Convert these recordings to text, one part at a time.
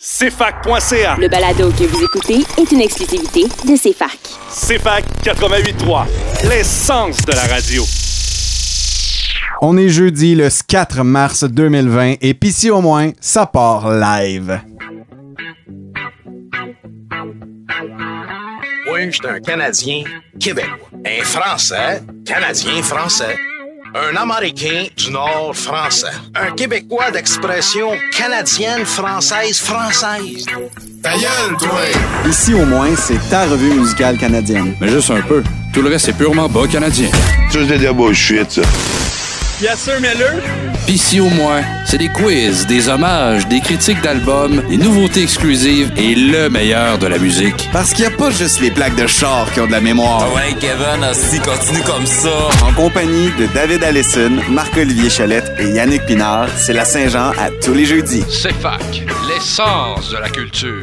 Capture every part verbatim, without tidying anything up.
C F A C point C A. Le balado que vous écoutez est une exclusivité de C F A C. C F A C quatre-vingt-huit trois, l'essence de la radio. On est jeudi le quatre mars deux mille vingt et pis si au moins, ça part live. Moi, je suis un Canadien québécois. Un Français, Canadien français. Un Américain du Nord français. Un Québécois d'expression canadienne, française, française. Ta gueule, toi! Ici au moins, c'est ta revue musicale canadienne. Mais juste un peu. Tout le reste, c'est purement bas canadien. Ça, c'est de la bullshit, ça. Yes, sir, Miller. Pis si au moins, c'est des quiz, des hommages, des critiques d'albums, des nouveautés exclusives et le meilleur de la musique. Parce qu'il n'y a pas juste les plaques de char qui ont de la mémoire. Ouais, Kevin, aussi, continue comme ça. En compagnie de David Allison, Marc-Olivier Chalette et Yannick Pinard, c'est la Saint-Jean à tous les jeudis. C F A C, l'essence de la culture.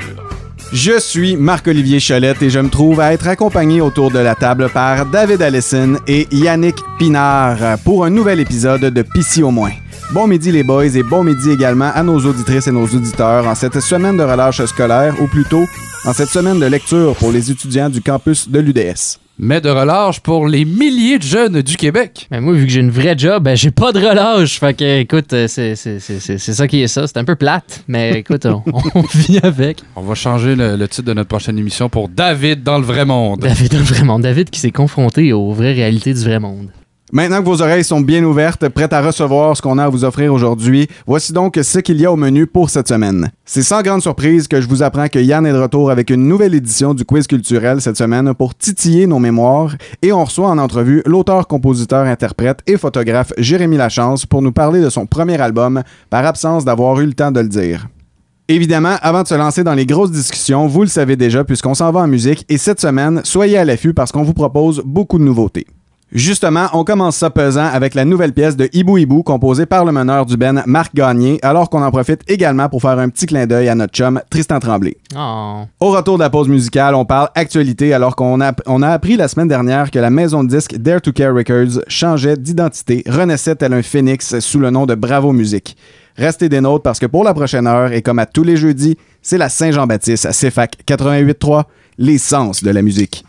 Je suis Marc-Olivier Chalette et je me trouve à être accompagné autour de la table par David Allison et Yannick Pinard pour un nouvel épisode de Pis si au moins. Bon midi les boys et bon midi également à nos auditrices et nos auditeurs en cette semaine de relâche scolaire ou plutôt en cette semaine de lecture pour les étudiants du campus de l'U D S. Mais de relâche pour les milliers de jeunes du Québec. Ben moi, vu que j'ai une vraie job, ben j'ai pas de relâche. Fait que, écoute, c'est, c'est, c'est, c'est, c'est ça qui est ça. C'est un peu plate, mais écoute, on, on vit avec. On va changer le, le titre de notre prochaine émission pour David dans le vrai monde. David dans le vrai monde. David qui s'est confronté aux vraies réalités du vrai monde. Maintenant que vos oreilles sont bien ouvertes, prêtes à recevoir ce qu'on a à vous offrir aujourd'hui, voici donc ce qu'il y a au menu pour cette semaine. C'est sans grande surprise que je vous apprends que Yann est de retour avec une nouvelle édition du quiz culturel cette semaine pour titiller nos mémoires et on reçoit en entrevue l'auteur, compositeur, interprète et photographe Jérémy Lachance pour nous parler de son premier album, par absence d'avoir eu le temps de le dire. Évidemment, avant de se lancer dans les grosses discussions, vous le savez déjà puisqu'on s'en va en musique et cette semaine, soyez à l'affût parce qu'on vous propose beaucoup de nouveautés. Justement, on commence ça pesant avec la nouvelle pièce de Hibou Hibou composée par le meneur du Ben, Marc Gagné, alors qu'on en profite également pour faire un petit clin d'œil à notre chum Tristan Tremblay. Oh. Au retour de la pause musicale, on parle actualité alors qu'on a, on a appris la semaine dernière que la maison de disques Dare to Care Records changeait d'identité, renaissait tel un phénix sous le nom de Bravo Musique. Restez des nôtres parce que pour la prochaine heure, et comme à tous les jeudis, c'est la Saint-Jean-Baptiste à C F A C quatre-vingt-huit trois, l'essence de la musique.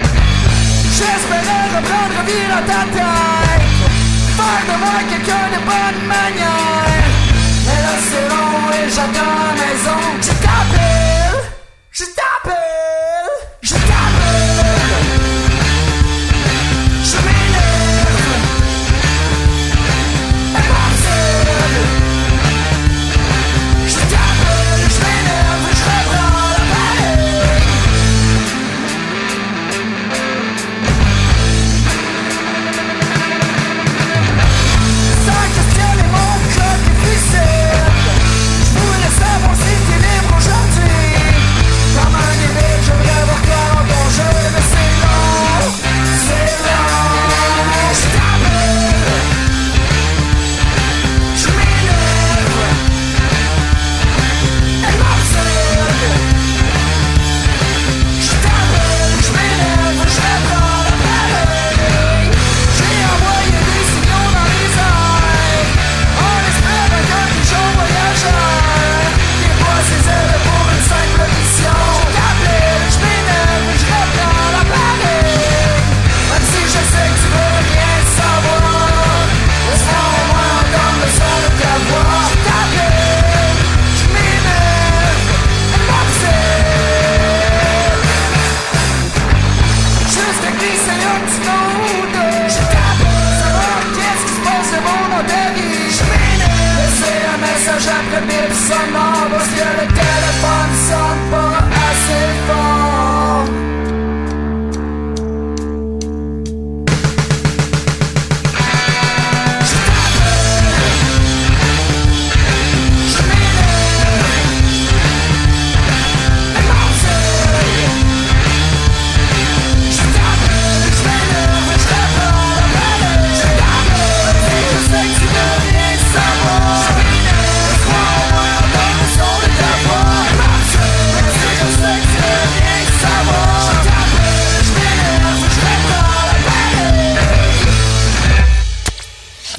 J'espérais reprendre vie dans ta tête, faire de moi quelqu'un de bonne manière. Mais là c'est long et j'attends à la maison. Je t'appelle, je t'appelle, je t'appelle. Je m'énerve, impossible. Je t'appelle, je m'énerve, je reprends la paix. Sans questionner mon code difficile, je voulais ça.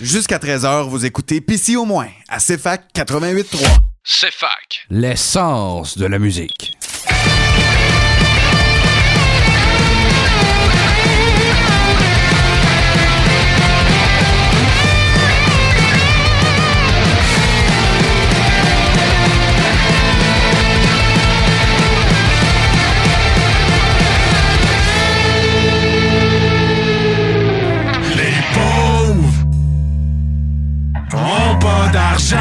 Jusqu'à treize heures, vous écoutez P C au moins à C F A C quatre-vingt-huit trois. C F A C. L'essence de la musique. Ont pas d'argent.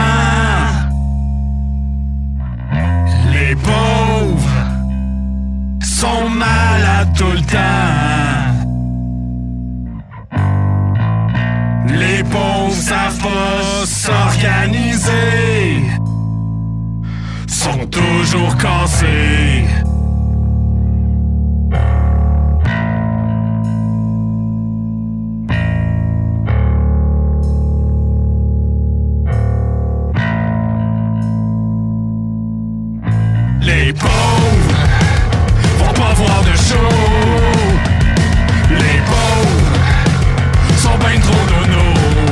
Les pauvres sont malades tout le temps. Les pauvres savent pas s'organiser, sont toujours cassés. Les pauvres vont pas voir de show. Les pauvres sont ben trop donos.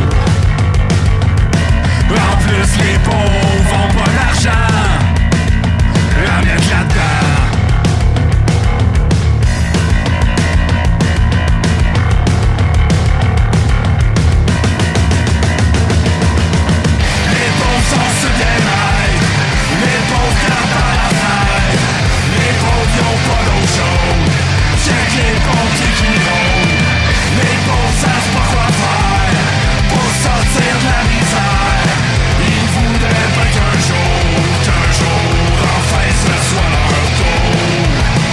En plus les pauvres ont pas d'argent à mettre là-dedans. Les pauvres sont sur des mailles. Les pauvres gardent à la faille. Les pauvres y'ont pas d'eau chaude. Check les pompiers qui rôdent. Les pauvres savent pas quoi faire pour sortir de la misère. Ils voudraient pas qu'un jour, qu'un jour enfin ce soit leur tour.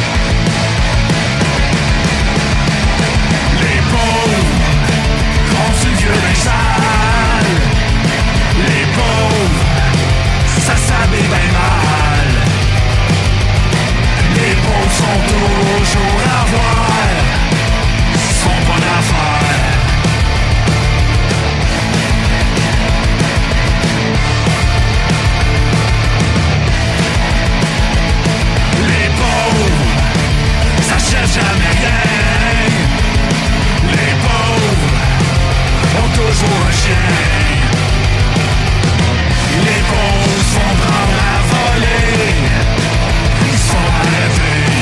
Les pauvres ont du vieux linge sale. Les pauvres, ça s'habille bien mal. Les pauvres sont toujours à voir, sont pas d'affaires. Les pauvres, ça cherche jamais rien. Les pauvres ont toujours un chien. Les pauvres se font prendre à voler. Ils sont arrêtés.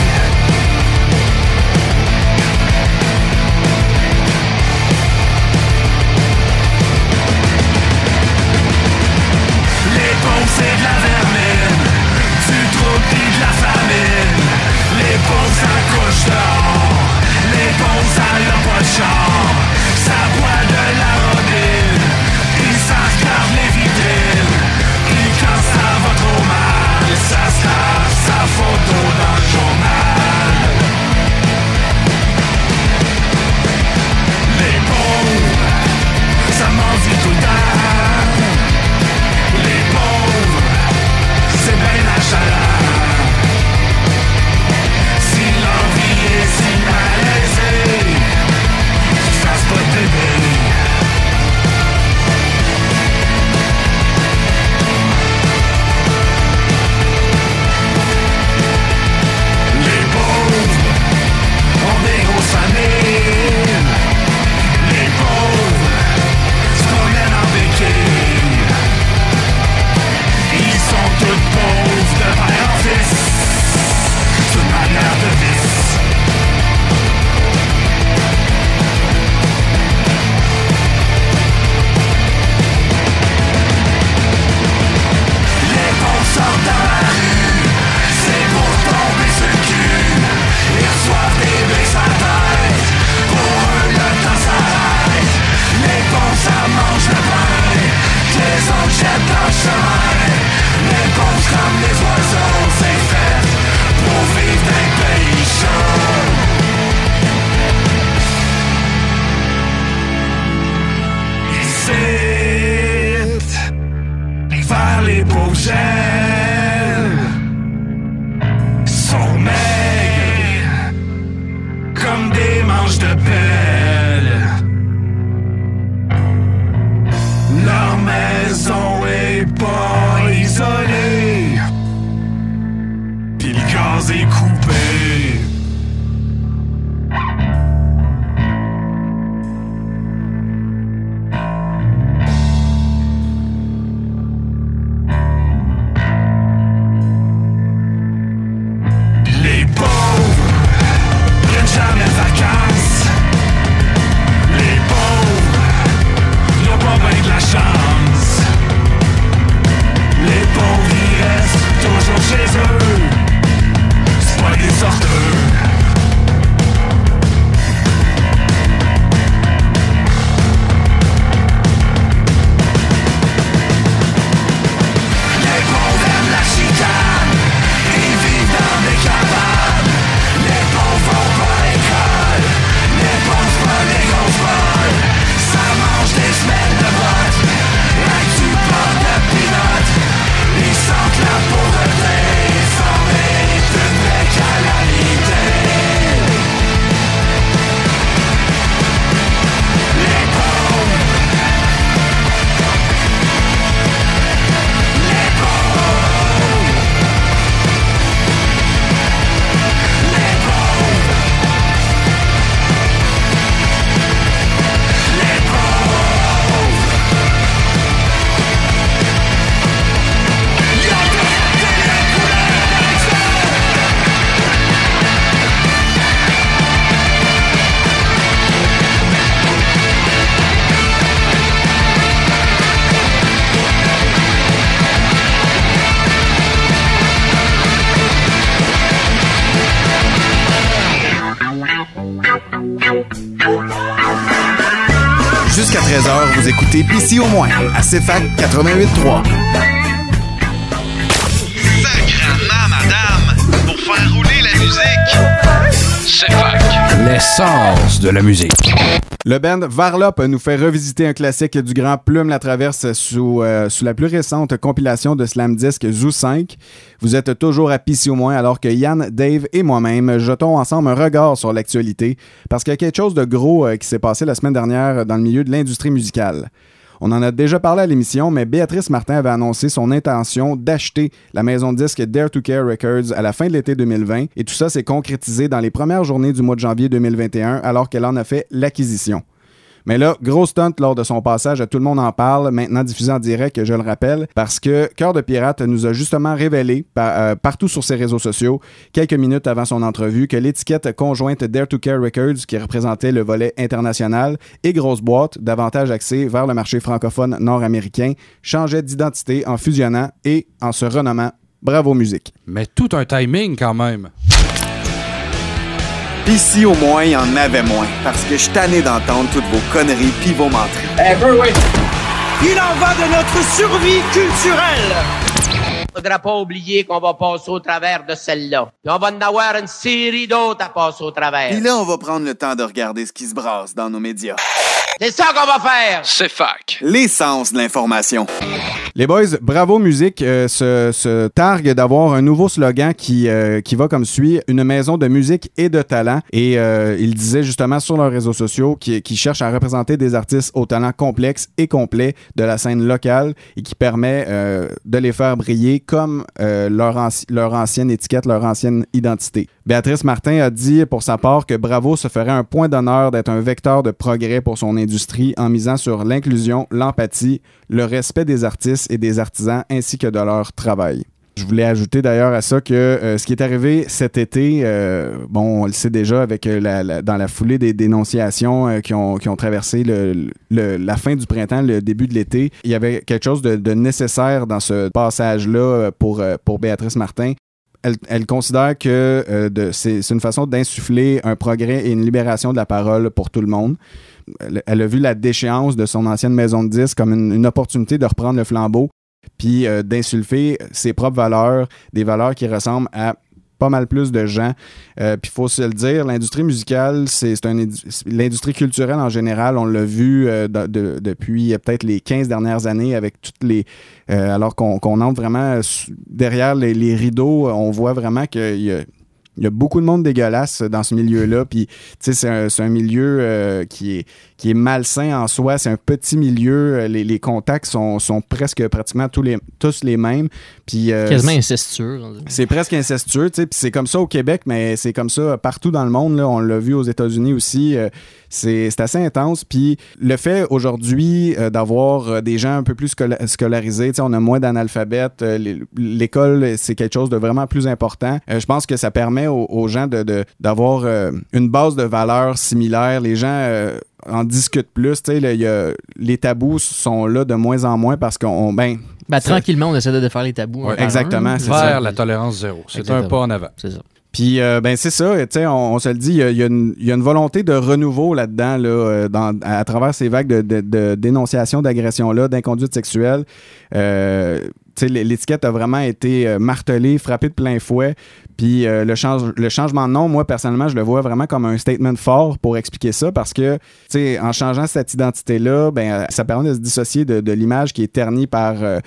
Les pauvres c'est de la vermine, du trouble pis de la famine. Les pauvres accouchent dehors. Les pauvres ça n'a pas de char. Ça boit de la rodine. Ils s'en regardent les vitrines. Et quand ça va trop mal, ça se tape sa photo dans le journal. Les pauvres, ça mendie tout le temps. Les pauvres, c'est bien achalant. Si leur vie est si malaisée, qu'ils fassent pas de bébé. Les pauvres ont des grosses familles. Les pauvres se promènent en béquille. Ils sont tous pauvres de père en fils, toute manière de vice. Les pauvres sortent dans la rue, c'est pour tomber sur le cul. Ils reçoivent des briques à tête, pour eux le temps s'arrête. Les pauvres ça mange le pain, que les autres jettent dans le chemin. Les pauvres comme les oiseaux, c'est fait pour vivre dans un pays chaud. Ici, vers les pauvres gels sont maigres comme des manches de pelle. Leur maison est pas isolée, pis le gaz est coupé. treize heures, vous écoutez P C au moins à C F A C quatre-vingt-huit trois. Sacrement, madame, pour faire rouler la musique. C F A C, l'essence de la musique. Le band Varlop nous fait revisiter un classique du grand Plume la Traverse sous, euh, sous la plus récente compilation de Slam Disc Zoo cinq. Vous êtes toujours à P C au moins alors que Yann, Dave et moi-même jetons ensemble un regard sur l'actualité parce qu'il y a quelque chose de gros euh, qui s'est passé la semaine dernière dans le milieu de l'industrie musicale. On en a déjà parlé à l'émission, mais Béatrice Martin avait annoncé son intention d'acheter la maison de disques Dare to Care Records à la fin de l'été deux mille vingt, et tout ça s'est concrétisé dans les premières journées du mois de janvier deux mille vingt et un, alors qu'elle en a fait l'acquisition. Mais là, gros stunt lors de son passage à Tout le monde en parle, maintenant diffusé en direct, je le rappelle, parce que Cœur de Pirate nous a justement révélé, par, euh, partout sur ses réseaux sociaux, quelques minutes avant son entrevue, que l'étiquette conjointe Dare to Care Records, qui représentait le volet international, et Grosse Boîte, davantage axée vers le marché francophone nord-américain, changeait d'identité en fusionnant et en se renommant Bravo Musique. Mais tout un timing quand même. Ici, au moins, il y en avait moins, parce que je suis tanné d'entendre toutes vos conneries pis vos menteries. Eh, oui. Il en va de notre survie culturelle. Faudra pas oublier qu'on va passer au travers de celle-là. Puis on va en avoir une série d'autres à passer au travers. Puis là, on va prendre le temps de regarder ce qui se brasse dans nos médias. C'est ça qu'on va faire! C F A C. L'essence de l'information. Les boys, Bravo Musique euh, se, se targue d'avoir un nouveau slogan qui, euh, qui va comme suit, une maison de musique et de talent. Et euh, ils disaient justement sur leurs réseaux sociaux qu'ils qui cherchent à représenter des artistes au talent complexe et complet de la scène locale et qui permet euh, de les faire briller comme euh, leur, anci- leur ancienne étiquette, leur ancienne identité. Béatrice Martin a dit pour sa part que Bravo se ferait un point d'honneur d'être un vecteur de progrès pour son industrie en misant sur l'inclusion, l'empathie, le respect des artistes et des artisans ainsi que de leur travail. Je voulais ajouter d'ailleurs à ça que euh, ce qui est arrivé cet été, euh, bon, on le sait déjà avec euh, la, la, dans la foulée des dénonciations euh, qui, ont, qui ont traversé le, le, la fin du printemps, le début de l'été, il y avait quelque chose de, de nécessaire dans ce passage-là pour, euh, pour Béatrice Martin. Elle, elle considère que euh, de, c'est, c'est une façon d'insuffler un progrès et une libération de la parole pour tout le monde. Elle, elle a vu la déchéance de son ancienne maison de disques comme une, une opportunité de reprendre le flambeau puis euh, d'insulfer ses propres valeurs, des valeurs qui ressemblent à pas mal plus de gens. Euh, puis il faut se le dire, l'industrie musicale, c'est, c'est un, l'industrie culturelle en général, on l'a vu euh, de, de, depuis peut-être les quinze dernières années avec toutes les... Euh, alors qu'on, qu'on entre vraiment derrière les, les rideaux, on voit vraiment qu'il y a... Il y a beaucoup de monde dégueulasse dans ce milieu-là. Puis, tu sais, c'est un, c'est un milieu euh, qui est, qui est malsain en soi. C'est un petit milieu. Les, les contacts sont, sont presque pratiquement tous les, tous les mêmes. Puis, euh, quasiment incestueux. C'est presque incestueux, tu sais. Puis c'est comme ça au Québec, mais c'est comme ça partout dans le monde. Là. On l'a vu aux États-Unis aussi. Euh, c'est, c'est assez intense. Puis le fait aujourd'hui euh, d'avoir des gens un peu plus scola- scolarisés, tu sais, on a moins d'analphabètes. Euh, l'école, c'est quelque chose de vraiment plus important. Euh, je pense que ça permet aux, aux gens de, de, d'avoir euh, une base de valeurs similaires. Les gens euh, en discutent plus. Tu sais, là, y a, les tabous sont là de moins en moins parce qu'on... Ben, ben, tranquillement, on essaie de faire les tabous. Ouais, exactement. C'est Vers ça. La tolérance zéro. C'est exactement. Un pas en avant. C'est ça. Puis, euh, ben c'est ça, tu sais, on, on se le dit, il y, y, y a une volonté de renouveau là-dedans, là, dans, à, à travers ces vagues de, de, de dénonciation d'agression-là, d'inconduite sexuelle. Euh, tu sais, l'étiquette a vraiment été martelée, frappée de plein fouet. Puis euh, le, change, le changement de nom, moi, personnellement, je le vois vraiment comme un statement fort pour expliquer ça parce que, tu sais, en changeant cette identité-là, ben ça permet de se dissocier de, de l'image qui est ternie par... Euh,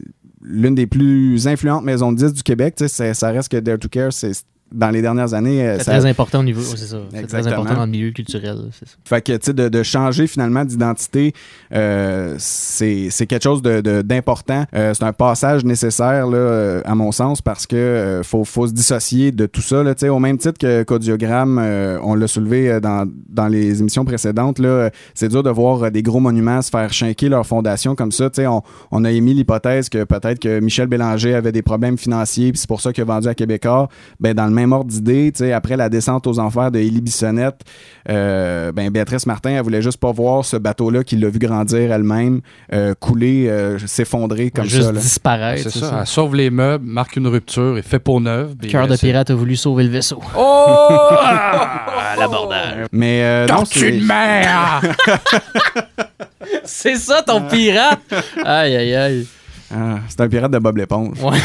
l'une des plus influentes maisons de disques du Québec. Tu sais, ça reste que Dare to Care, c'est... Dans les dernières années... C'est ça... très important au niveau... C'est ça. C'est Exactement. Très important dans le milieu culturel. C'est ça. Fait que, tu sais, de, de changer finalement d'identité, euh, c'est, c'est quelque chose de, de, d'important. Euh, c'est un passage nécessaire, là, à mon sens, parce que euh, faut, faut se dissocier de tout ça. Là, tu sais, au même titre que qu'Audiogramme, euh, on l'a soulevé dans, dans les émissions précédentes, là, c'est dur de voir des gros monuments se faire chinquer leur fondation comme ça. Tu sais, on, on a émis l'hypothèse que peut-être que Michel Bélanger avait des problèmes financiers, puis c'est pour ça qu'il a vendu à Québécois. Ben, dans le même ordre d'idée, tu sais, après la descente aux enfers de Élie Bissonnette, euh, ben Béatrice Martin, elle voulait juste pas voir ce bateau-là qui l'a vu grandir elle-même, euh, couler, euh, s'effondrer comme juste ça. Juste disparaître. C'est, c'est ça. ça. Elle sauve les meubles, marque une rupture et fait peau neuve. Cœur de pirate a voulu sauver le vaisseau. Oh! Ah, l'abordage. Mais euh, Tortue de mer! C'est ça, ton pirate? Aïe, aïe, aïe. Ah, c'est un pirate de Bob l'éponge. Ouais.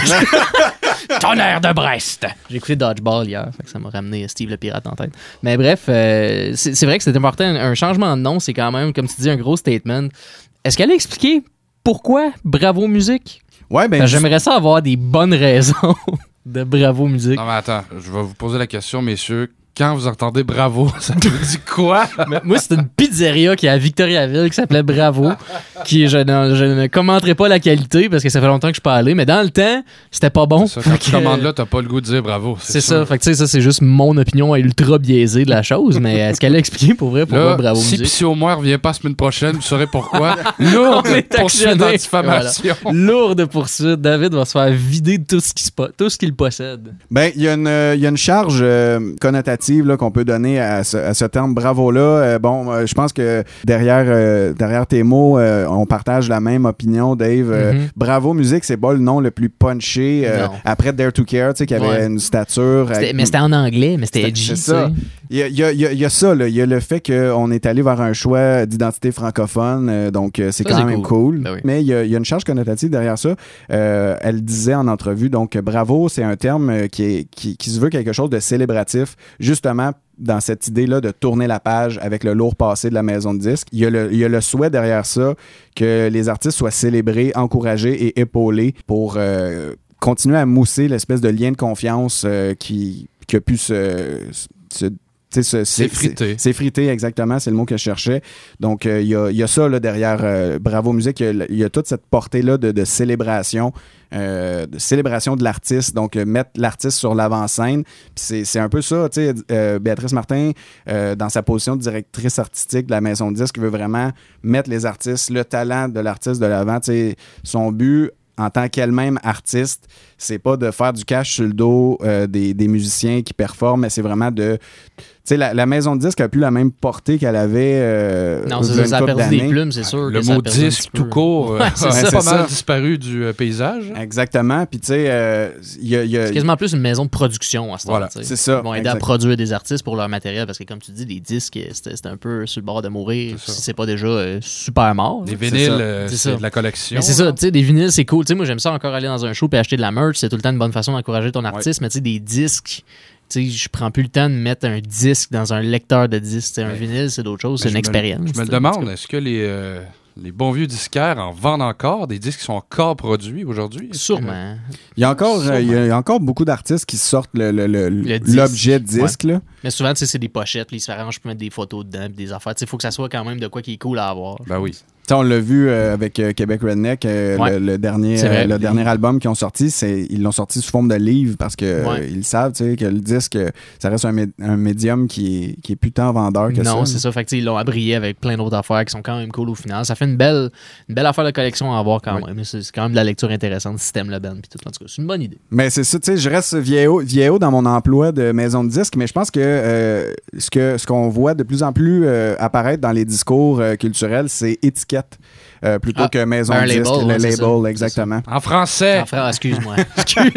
Tonnerre de Brest. J'ai écouté Dodgeball hier, fait que ça m'a ramené Steve le pirate en tête. Mais bref, euh, c'est, c'est vrai que c'est important. Un changement de nom, c'est quand même, comme tu dis, un gros statement. Est-ce qu'elle a expliqué pourquoi Bravo Musique? Ouais, ben. Parce que j'aimerais ça avoir des bonnes raisons de Bravo Musique. Non, mais attends, je vais vous poser la question, messieurs. Quand vous entendez Bravo, ça vous dit quoi? Mais moi, c'est une pizzeria qui est à Victoriaville qui s'appelait Bravo, qui je ne, je ne commenterai pas la qualité parce que ça fait longtemps que je suis pas allé, mais dans le temps, c'était pas bon. C'est ça, quand tu commandes là, t'as pas le goût de dire Bravo. C'est, c'est sûr. ça. Fait que tu sais, ça, c'est juste mon opinion ultra biaisée de la chose, mais est-ce qu'elle a expliqué pour vrai pourquoi là, Bravo si Musique? Psy au moins revient pas la semaine prochaine, vous saurez pourquoi. Lourde poursuite en diffamation. Voilà. Lourde poursuite. David va se faire vider de tout ce, qui se po- tout ce qu'il possède. Ben, il y, euh, y a une charge euh, connotative là, qu'on peut donner à ce, à ce terme Bravo-là. Euh, bon, euh, je pense que derrière, euh, derrière tes mots, euh, on partage la même opinion, Dave. Euh, Mm-hmm. Bravo Musique, c'est pas le nom le plus punché. Euh, après Dare to Care, tu sais, qui avait Ouais. une stature. C'était, avec, mais c'était en anglais, mais c'était c'est, edgy. c'est ça. Il y a, il y a, il y a, il y a ça, là. Il y a le fait qu'on est allé vers un choix d'identité francophone, euh, donc euh, c'est Ça, quand c'est même cool. cool. Ben oui. Mais il y, a, il y a une charge connotative derrière ça. Euh, elle disait en entrevue, donc Bravo, c'est un terme euh, qui, est, qui, qui se veut quelque chose de célébratif, justement dans cette idée-là de tourner la page avec le lourd passé de la maison de disques. Il y a le, il y a le souhait derrière ça que les artistes soient célébrés, encouragés et épaulés pour euh, continuer à mousser l'espèce de lien de confiance euh, qui, qui a pu se... se C'est, c'est, c'est frité. C'est, c'est frité, exactement, c'est le mot que je cherchais. Donc, il euh, y, y a ça là, derrière euh, Bravo Musique, il y, y a toute cette portée-là de, de célébration, euh, de célébration de l'artiste, donc euh, mettre l'artiste sur l'avant-scène. Puis c'est, c'est un peu ça, tu sais, euh, Béatrice Martin, euh, dans sa position de directrice artistique de la maison de disques, veut vraiment mettre les artistes, le talent de l'artiste de l'avant. Tu sais, son but, en tant qu'elle-même artiste, c'est pas de faire du cash sur le dos euh, des, des musiciens qui performent, mais c'est vraiment de... Tu sais, la, la maison de disque a plus la même portée qu'elle avait euh, Non, c'est ça, ça a perdu des plumes, c'est sûr. Le que ça mot a perdu un disque petit tout peu. court Ouais, euh, c'est a ça. pas C'est mal ça. disparu du euh, paysage. Exactement. Puis tu sais, euh, il y a... y a- C'est quasiment plus une maison de production à ce Voilà, temps, tu sais. c'est ça, Ils vont aider exact. à produire des artistes pour leur matériel parce que, comme tu dis, les disques, c'était, c'était un peu sur le bord de mourir C'est ça. si c'est pas déjà euh, super mort. Les là. vinyles, ça. euh, C'est c'est, ça. de la collection. Mais c'est ça, tu sais, des vinyles, c'est cool. Tu sais, moi, j'aime ça encore aller dans un show et acheter de la merch. C'est tout le temps une bonne façon d'encourager ton artiste. Mais tu sais, des disques, tu sais, je prends plus le temps de mettre un disque dans un lecteur de disques. Tu sais, un Ouais. vinyle, c'est d'autre chose. Mais C'est une je me- expérience. Je me le tu sais. demande, est-ce que les, euh, les bons vieux disquaires en vendent encore des disques qui sont encore produits aujourd'hui? Est-ce que- Sûrement. Il y a encore, Sûrement. euh, il y a- il y a encore beaucoup d'artistes qui sortent le, le- le- Le disque. l'objet disque. Là. Mais souvent, tu sais, c'est des pochettes. Puis ils se arrangent pour mettre des photos dedans puis des affaires. Tu sais, il faut que ça soit quand même de quoi qui est cool à avoir. Ben oui. Tu sais, on l'a vu euh, avec euh, Québec Redneck, euh, Ouais. le, le dernier, C'est vrai. euh, le dernier album qu'ils ont sorti, c'est, ils l'ont sorti sous forme de livre parce que Ouais. euh, ils savent tu sais, que le disque, euh, ça reste un, mé- un médium qui est, qui est plus tant vendeur que ça. Non, c'est là. ça. Fait que, tu sais, ils l'ont abrié avec plein d'autres affaires qui sont quand même cool au final. Ça fait une belle, une belle affaire de collection à avoir quand Ouais. même. C'est, c'est quand même de la lecture intéressante, système Le Ben, puis tout. En tout cas, c'est une bonne idée. Mais c'est ça, tu sais, je reste vieillot, vieillot dans mon emploi de maison de disque, mais je pense que, euh, ce, que ce qu'on voit de plus en plus euh, apparaître dans les discours euh, culturels, c'est étiquette euh, plutôt Ah, que maison un de disque, label, le ouais, c'est label, ça. exactement. En français! En France, excuse-moi. Excuse-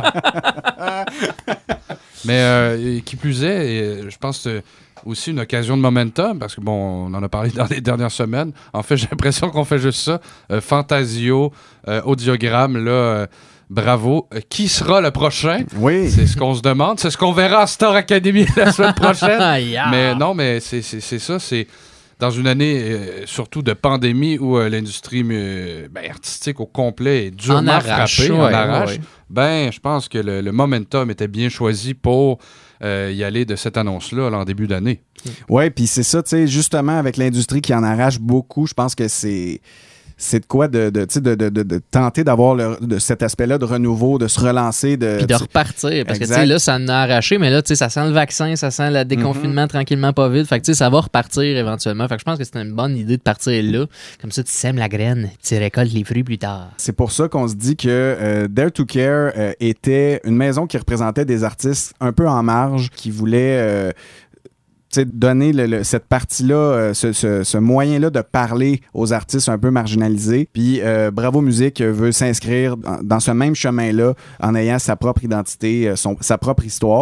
Mais euh, qui plus est, et je pense que c'est aussi une occasion de momentum, parce que bon, on en a parlé dans les dernières semaines. En fait, j'ai l'impression qu'on fait juste ça. Euh, Fantasio, euh, Audiogramme, là, euh, bravo. Euh, qui sera le prochain? Oui. C'est ce qu'on se demande. C'est ce qu'on verra à Star Academy la semaine prochaine. Yeah. Mais non, mais c'est, c'est, c'est ça, c'est dans une année euh, surtout de pandémie où euh, l'industrie euh, ben, artistique au complet est durement En arrache, frappée, ouais, en arrache, ouais. ben je pense que le, le momentum était bien choisi pour euh, y aller de cette annonce-là là, en début d'année. Oui, puis c'est ça, tu sais, justement, avec l'industrie qui en arrache beaucoup, je pense que c'est. C'est de quoi de, de, tu sais, de, de, de, de tenter d'avoir le, de cet aspect-là de renouveau, de se relancer. De, Puis de repartir. Parce que, tu Exact. sais, là, ça en a arraché, mais là, tu sais, ça sent le vaccin, ça sent le déconfinement Mm-hmm. tranquillement, pas vite. Fait que, tu sais, ça va repartir éventuellement. Fait que je pense que c'est une bonne idée de partir là. Comme ça, tu sèmes la graine, tu récoltes les fruits plus tard. C'est pour ça qu'on se dit que euh, Dare to Care euh, était une maison qui représentait des artistes un peu en marge, qui voulaient euh, tu sais, donner le- le- cette partie-là, euh, ce, ce- ce moyen-là de parler aux artistes un peu marginalisés. Puis euh, Bravo Musique veut s'inscrire dans, dans ce même chemin-là en ayant sa propre identité, euh, son- sa propre histoire.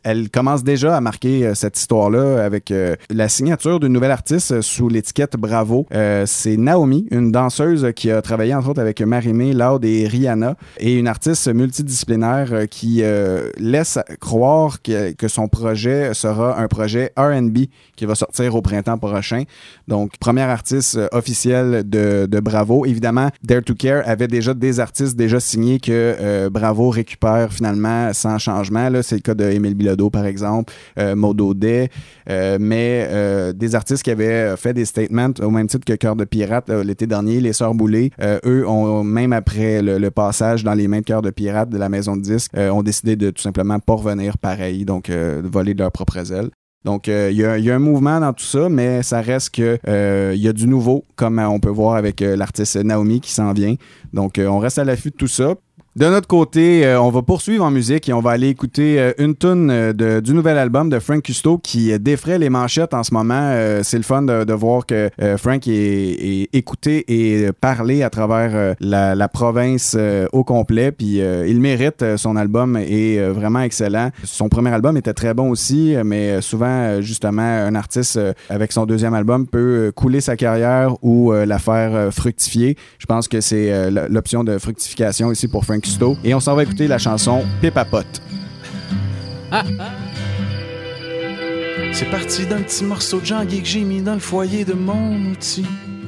elle commence déjà à marquer euh, cette histoire-là avec euh, la signature d'une nouvelle artiste euh, sous l'étiquette Bravo. Euh, c'est Naomi, une danseuse qui a travaillé entre autres avec Marie-Mé, Loud et Rihanna, et une artiste multidisciplinaire euh, qui euh, laisse croire que, que son projet sera un projet R and B qui va sortir au printemps prochain. Donc, première artiste euh, officielle de, de Bravo. Évidemment, Dare to Care avait déjà des artistes déjà signés que euh, Bravo récupère finalement sans changement. Là, c'est le cas de Émile Bilodeau, par exemple, euh, Maud Audet, euh, mais euh, des artistes qui avaient fait des statements au même titre que Cœur de Pirate euh, l'été dernier, les Sœurs Boulay, euh, eux, ont, même après le, le passage dans les mains de Cœur de Pirate de la maison de disques, euh, ont décidé de tout simplement pas revenir pareil, donc euh, de voler de leurs propres ailes. Donc, il euh, y, y a un mouvement dans tout ça, mais ça reste que il euh, y a du nouveau, comme on peut voir avec euh, l'artiste Naomi qui s'en vient. Donc, euh, on reste à l'affût de tout ça. De notre côté, euh, on va poursuivre en musique et on va aller écouter euh, une toune euh, de, du nouvel album de Frank Custo qui euh, défraie les manchettes en ce moment. Euh, c'est le fun de, de voir que euh, Frank est, est écouté et parlé à travers euh, la, la province euh, au complet. Puis euh, il mérite. Euh, son album est euh, vraiment excellent. Son premier album était très bon aussi, mais souvent, euh, justement, un artiste euh, avec son deuxième album peut couler sa carrière ou euh, la faire euh, fructifier. Je pense que c'est euh, l'option de fructification ici pour Frank Custo. Et on s'en va écouter la chanson Pipe à pote. Ah. C'est parti d'un petit morceau de janvier que j'ai mis dans le foyer de mon outil.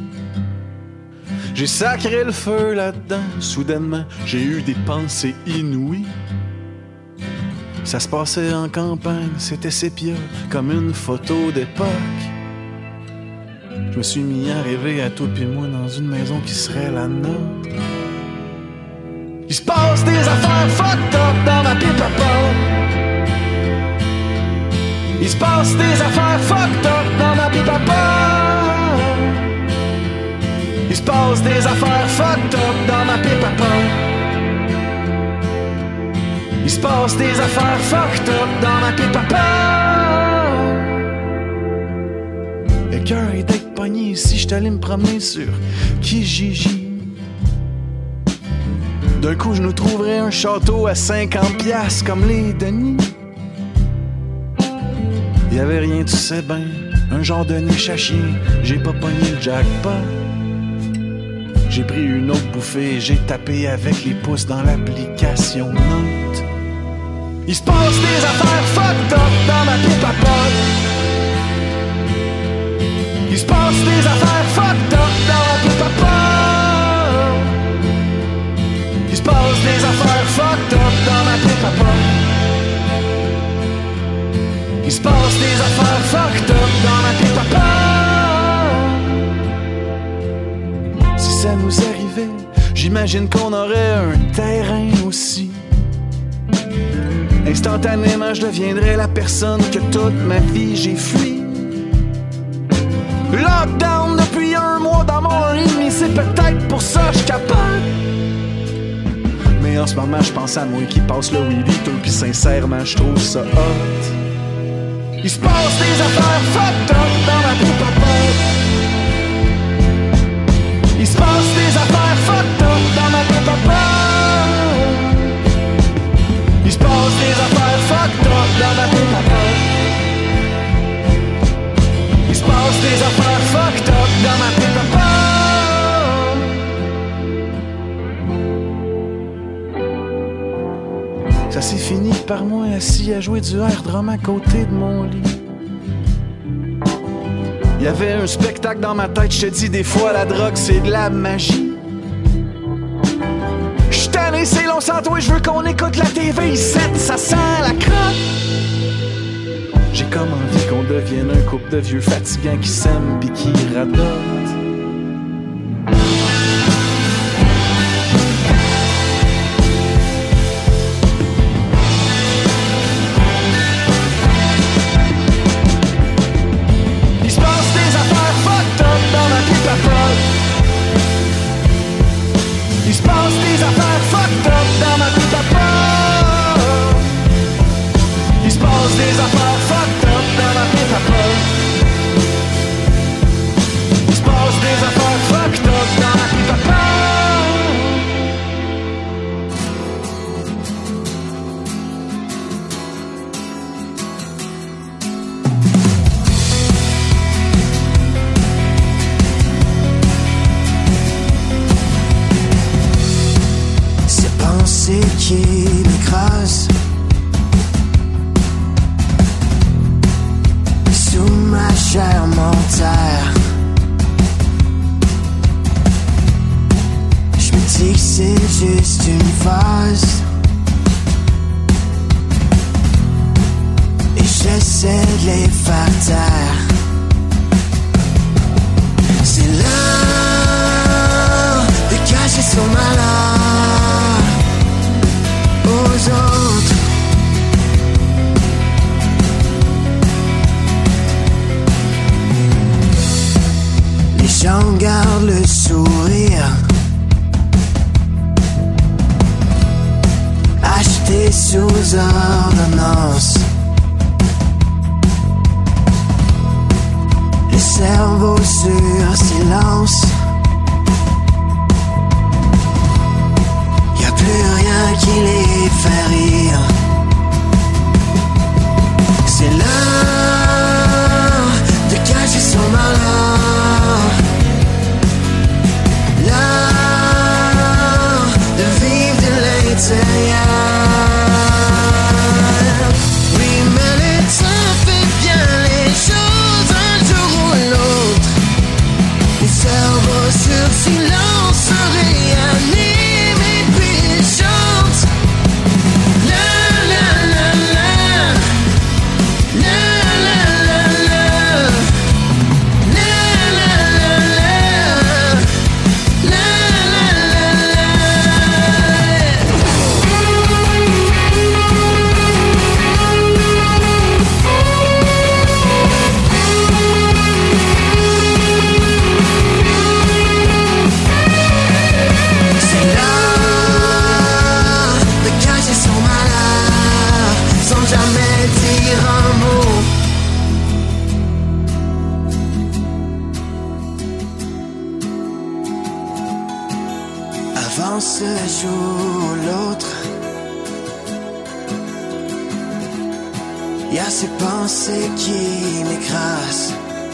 J'ai sacré le feu là-dedans. Soudainement, j'ai eu des pensées inouïes. Ça se passait en campagne, c'était sépia, comme une photo d'époque. Je me suis mis à rêver à toi pis moi dans une maison qui serait la nôtre. Il se passe des affaires fucked up dans ma pipe à pote. Il se passe des affaires fucked up dans ma pipe à pote. Il se passe des affaires fucked up dans ma pipe à pote. Il se passe des affaires fucked up dans ma pipe à pote. Le cœur est d'être pogné ici, j'étais allé me promener sur Kijiji. D'un coup, je nous trouverais un château à cinquante piastres comme les Denis. Y'avait rien, tu sais ben, un genre de niche à chien. J'ai pas pogné le jackpot. J'ai pris une autre bouffée et j'ai tapé avec les pouces dans l'application Note. Il se passe des affaires fucked up dans ma pipe à pote. Il se passe des affaires fucked up dans ma pipe à pote. Il se passe des affaires fucked up dans ma pipe à pote. Il se passe des affaires fucked up dans ma pipe à pote. Si ça nous arrivait, j'imagine qu'on aurait un terrain aussi. Instantanément, je deviendrais la personne que toute ma vie j'ai fui. Lockdown depuis un mois dans mon un et demi, c'est peut-être pour ça que je capote. Mais en ce moment, je pense à moi qui passe le Wii Vito, puis sincèrement, je trouve ça hot. Il se passe des affaires fucked up dans ma pipe à pote. Il se passe des affaires fucked up dans ma pipe à pote. Il se passe des affaires fucked up dans ma pipe à pote. Il se passe des affaires fucked up dans ma pipe à pote. Ça s'est fini par moi assis à jouer du air drum à côté de mon lit. Il y avait un spectacle dans ma tête, je te dis des fois la drogue c'est de la magie. J'suis tanné, c'est long sans toi, je veux qu'on écoute la T V ici, ça sent la crotte. J'ai comme envie qu'on devienne un couple de vieux fatigants qui s'aiment pis qui radotent. Il se passe des affaires fucked up dans ma pipe à pote. Il se passe des affaires fucked up dans ma pipe à pote. Il se passe juste une phase. Et j'essaie de les faire taire. C'est l'heure de cacher son malheur aux autres. Les gens gardent le sourire, acheté sous ordonnance. Le cerveau sur silence. Y'a plus rien qui les fait rire. C'est l'heure de cacher son malheur. L'heure de vivre de l'intérieur. Oui, mais le temps fait bien les choses un jour ou l'autre. Le cerveau sur silence se réanime et puis il chante. La la la la. La la la la. La la la la. La la C'est l'heure de cacher son malheur sans jamais dire un mot. Avant ce jour ou l'autre, y'a ces pensées qui m'écrasent.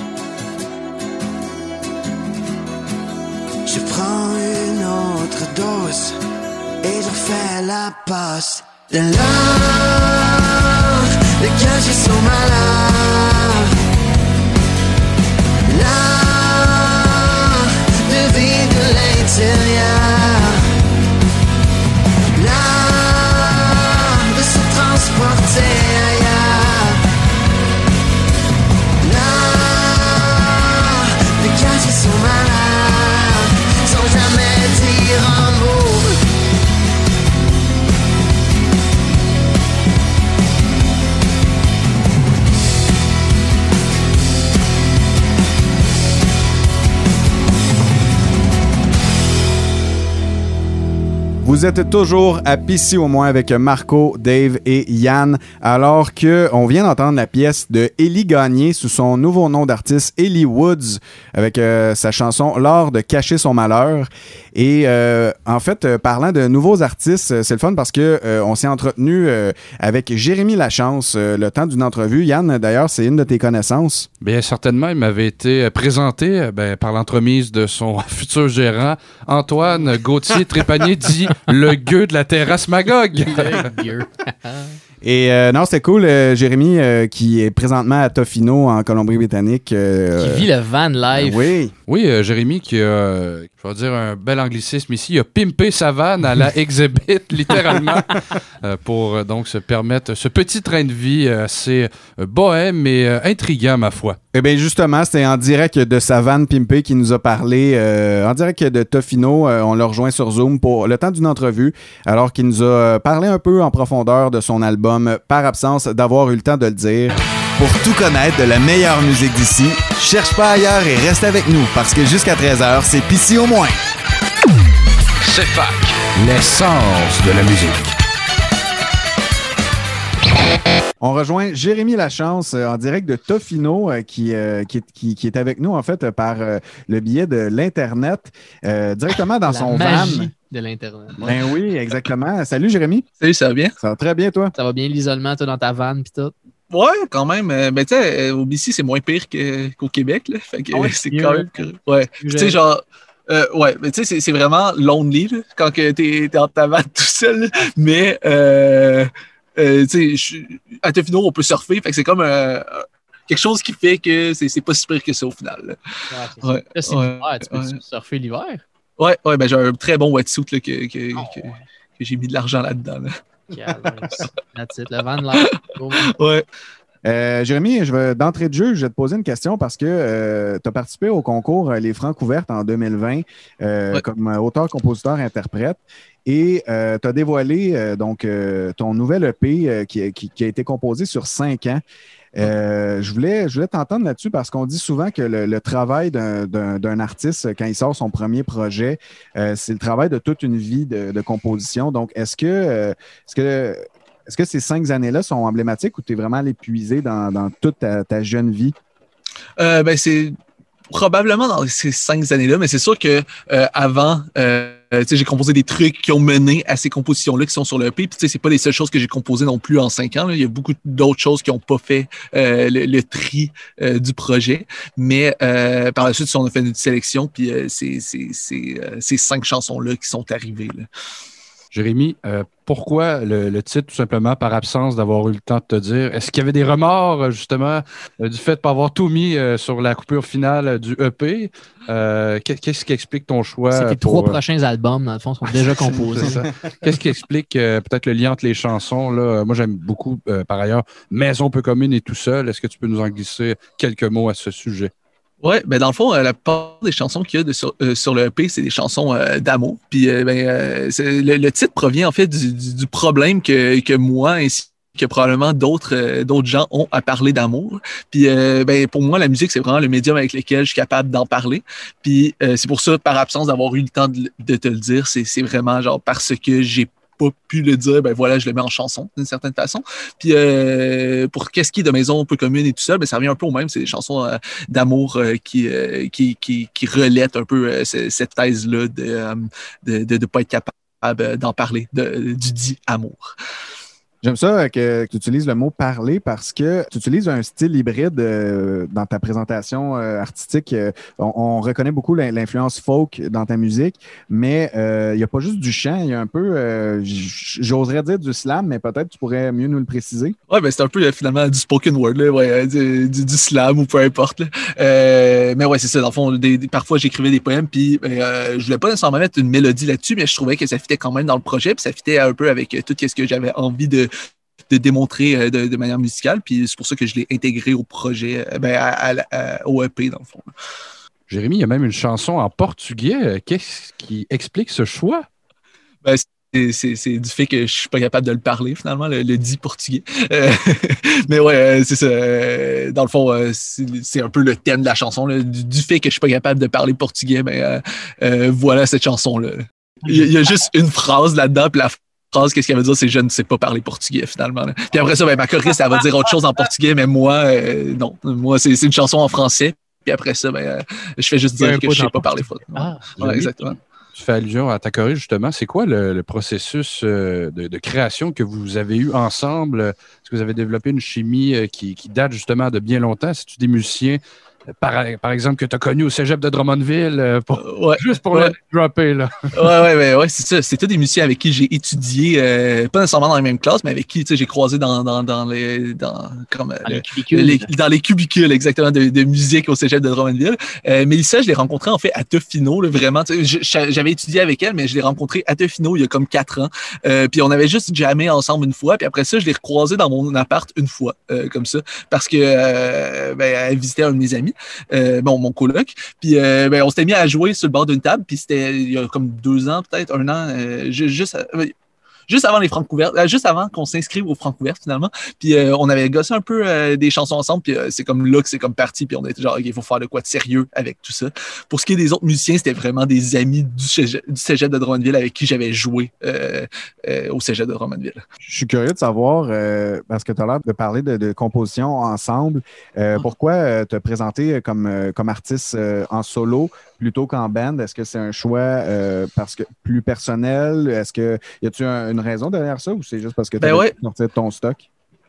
Je prends une autre dose et je fais la passe. De l'art de cacher son malheur. L'art de vivre de l'intérieur. L'art de se transporter ailleurs. L'art de cacher son malheur sans jamais dire un mot. Vous êtes toujours à P C au moins avec Marco, Dave et Yann, alors que on vient d'entendre la pièce de Élie Gagné sous son nouveau nom d'artiste Élie Woods avec euh, sa chanson L'art de cacher son malheur. Et euh, en fait, euh, parlant de nouveaux artistes, c'est le fun parce que euh, on s'est entretenu euh, avec Jérémy Lachance euh, le temps d'une entrevue. Yann, d'ailleurs, c'est une de tes connaissances. Bien certainement, il m'avait été présenté ben, par l'entremise de son futur gérant Antoine Gauthier Trépanier, dit le gueux de la terrasse Magog. Le gueux. Et euh, non, c'était cool. Euh, Jérémy, euh, qui est présentement à Tofino, en Colombie-Britannique. Euh, qui vit le van life. Euh, oui. Oui, euh, Jérémy, qui a, euh, je vais dire un bel anglicisme ici, il a pimpé sa van à la Exhibit, littéralement, euh, pour euh, donc se permettre ce petit train de vie assez euh, bohème et euh, intriguant, ma foi. Eh bien, justement, c'était en direct de sa van pimpée qui nous a parlé, euh, en direct de Tofino. Euh, on l'a rejoint sur Zoom pour le temps d'une entrevue, alors qu'il nous a parlé un peu en profondeur de son album, par absence d'avoir eu le temps de le dire. Pour tout connaître de la meilleure musique d'ici, cherche pas ailleurs et reste avec nous, parce que jusqu'à treize heures, c'est P C au moins. C'est F A Q, l'essence de la musique. On rejoint Jérémy Lachance euh, en direct de Tofino euh, qui, euh, qui, est, qui, qui est avec nous en fait euh, par euh, le biais de l'Internet, euh, directement dans La son magie van. de l'Internet. Ben oui, exactement. Salut Jérémy. Salut, ça va bien? Ça va très bien, toi? Ça va bien l'isolement, toi, dans ta van pis tout? Ouais, quand même. Euh, ben, tu sais, au B C, c'est moins pire que, qu'au Québec, là. Fait que Ah ouais, c'est mieux, quand même. hein? Ouais. Tu sais, genre. Euh, ouais, mais tu sais, c'est, c'est vraiment lonely, là, quand que t'es, t'es en ta van tout seul. Là. Mais, euh, euh, tu sais, à Tofino, on peut surfer. Fait que c'est comme euh, quelque chose qui fait que c'est, c'est pas si pire que ça au final. Là. Ouais, c'est, ouais, là, c'est ouais, l'hiver. Tu peux ouais. surfer l'hiver? Ouais, ouais, ben j'ai un très bon wetsuit là, que, que, oh, que, ouais. que j'ai mis de l'argent là-dedans. Là. Yeah, that's it, le Van Life. Ouais. Euh, Jérémy, je vais, d'entrée de jeu, je vais te poser une question parce que euh, tu as participé au concours Les Francs ouvertes en deux mille vingt euh, ouais. comme auteur, compositeur, interprète. Et euh, tu as dévoilé euh, donc, euh, ton nouvel E P euh, qui, qui, qui a été composé sur cinq ans. Euh, je voulais, je voulais t'entendre là-dessus parce qu'on dit souvent que le, le travail d'un, d'un, d'un artiste, quand il sort son premier projet, euh, c'est le travail de toute une vie de, de composition. Donc, est-ce que, euh, est-ce que Est-ce que ces cinq années-là sont emblématiques ou tu es vraiment allé puiser dans, dans toute ta, ta jeune vie? Euh, ben, c'est probablement dans ces cinq années-là, mais c'est sûr que euh, avant, euh, j'ai composé des trucs qui ont mené à ces compositions-là qui sont sur le E P. Puis, c'est pas les seules choses que j'ai composées non plus en cinq ans. Là. Il y a beaucoup d'autres choses qui n'ont pas fait euh, le, le tri euh, du projet. Mais euh, par la suite, on a fait une sélection, puis euh, c'est, c'est, c'est, euh, ces cinq chansons-là qui sont arrivées. Là. Jérémy, euh, pourquoi le, le titre, tout simplement par absence d'avoir eu le temps de te dire? Est-ce qu'il y avait des remords, justement, euh, du fait de ne pas avoir tout mis euh, sur la coupure finale du E P? Euh, qu'est-ce qui explique ton choix? C'est que les pour, trois euh... prochains albums, dans le fond, sont déjà composés. Qu'est-ce qui explique euh, peut-être le lien entre les chansons? Là? Moi, j'aime beaucoup, euh, par ailleurs, Maison peu commune et Tout seul. Est-ce que tu peux nous en glisser quelques mots à ce sujet? Oui, ben dans le fond, euh, la plupart des chansons qu'il y a de, sur, euh, sur le E P, c'est des chansons euh, d'amour. Puis euh, ben, euh, le, le titre provient en fait du, du, du problème que, que moi ainsi que probablement d'autres euh, d'autres gens ont à parler d'amour. Puis euh, ben pour moi, la musique, c'est vraiment le médium avec lequel je suis capable d'en parler. Puis euh, c'est pour ça, par absence d'avoir eu le temps de, de te le dire, c'est, c'est vraiment genre parce que j'ai pas pu le dire, ben voilà, je le mets en chanson d'une certaine façon. Puis euh, pour qu'est-ce qui est de Maison peu commune et tout ça, ben ça revient un peu au même, c'est des chansons euh, d'amour euh, qui, euh, qui, qui, qui relaient un peu euh, cette thèse-là de euh, de, de, de pas être capable d'en parler, de, du dit amour. J'aime ça que, que tu utilises le mot « parler » parce que tu utilises un style hybride euh, dans ta présentation euh, artistique. Euh, on, on reconnaît beaucoup l'influence folk dans ta musique, mais il euh, n'y a pas juste du chant, il y a un peu, euh, j'oserais dire du slam, mais peut-être tu pourrais mieux nous le préciser. Oui, ben c'est un peu finalement du spoken word, là, ouais, du, du, du slam ou peu importe. Là. Euh, mais ouais, c'est ça, dans le fond, des, des, parfois j'écrivais des poèmes, puis euh, je voulais pas nécessairement mettre une mélodie là-dessus, mais je trouvais que ça fitait quand même dans le projet, puis ça fitait un peu avec tout ce que j'avais envie de de démontrer de, de manière musicale, puis c'est pour ça que je l'ai intégré au projet, ben, à, à, à, au E P, dans le fond. Jérémy, il y a même une chanson en portugais. Qu'est-ce qui explique ce choix? Ben, c'est, c'est, c'est du fait que je suis pas capable de le parler, finalement, le, le dit portugais. Euh, mais ouais, c'est ça. Dans le fond, c'est, c'est un peu le thème de la chanson. Là. Du, du fait que je suis pas capable de parler portugais, ben, euh, euh, voilà cette chanson-là. Il y, il y a juste une phrase là-dedans, puis la phrase, qu'est-ce qu'elle veut dire, c'est « je ne sais pas parler portugais » finalement. Là. Puis après ça, ben, ma choriste, elle va dire autre chose en portugais, mais moi, euh, non. Moi, c'est, c'est une chanson en français. Puis après ça, ben, euh, je fais juste dire que je ne sais pas parler français. Ah, ouais, exactement. Tu fais allusion à ta choriste, justement. C'est quoi le, le processus euh, de, de création que vous avez eu ensemble? Est-ce que vous avez développé une chimie euh, qui, qui date justement de bien longtemps? C'est-tu des musiciens Par, par exemple, que tu as connu au cégep de Drummondville, euh, pour, ouais, juste pour ouais. le dropper, là. Ouais, ouais, ouais, ouais, c'est ça. C'est tous des musiciens avec qui j'ai étudié, euh, pas nécessairement dans les mêmes classes, mais avec qui, tu sais, j'ai croisé dans, dans, dans les, dans, comme, dans le, les cubicules. Les, dans les cubicules, exactement, de, de musique au cégep de Drummondville. Euh, Mélissa, je l'ai rencontrée, en fait, à Tofino, là, vraiment. Tu sais, je, j'avais étudié avec elle, mais je l'ai rencontrée à Tofino il y a comme quatre ans. Euh, puis on avait juste jammé ensemble une fois, puis après ça, je l'ai recroisée dans mon appart une fois, euh, comme ça, parce que, euh, ben, elle visitait un de mes amis. Euh, bon, mon coloc. Puis euh, ben, on s'était mis à jouer sur le bord d'une table. Puis c'était il y a comme deux ans, peut-être, un an, euh, juste, euh, juste avant les Francouvertes, euh, juste avant qu'on s'inscrive aux Francouvertes, finalement. Puis euh, on avait gossé un peu euh, des chansons ensemble. Puis euh, c'est comme là que c'est comme parti. Puis on était genre, OK, il faut faire de quoi de sérieux avec tout ça. Pour ce qui est des autres musiciens, c'était vraiment des amis du cégep, du cégep de Drummondville avec qui j'avais joué euh, euh, au cégep de Drummondville. Je suis curieux de savoir, euh, parce que tu as l'air de parler de, de composition ensemble, euh, oh. pourquoi euh, te présenter comme, euh, comme artiste euh, en solo plutôt qu'en band? Est-ce que c'est un choix euh, parce que plus personnel? Est-ce que y a-tu un, une raison derrière ça ou c'est juste parce que tu as ben ouais. sorti de ton stock?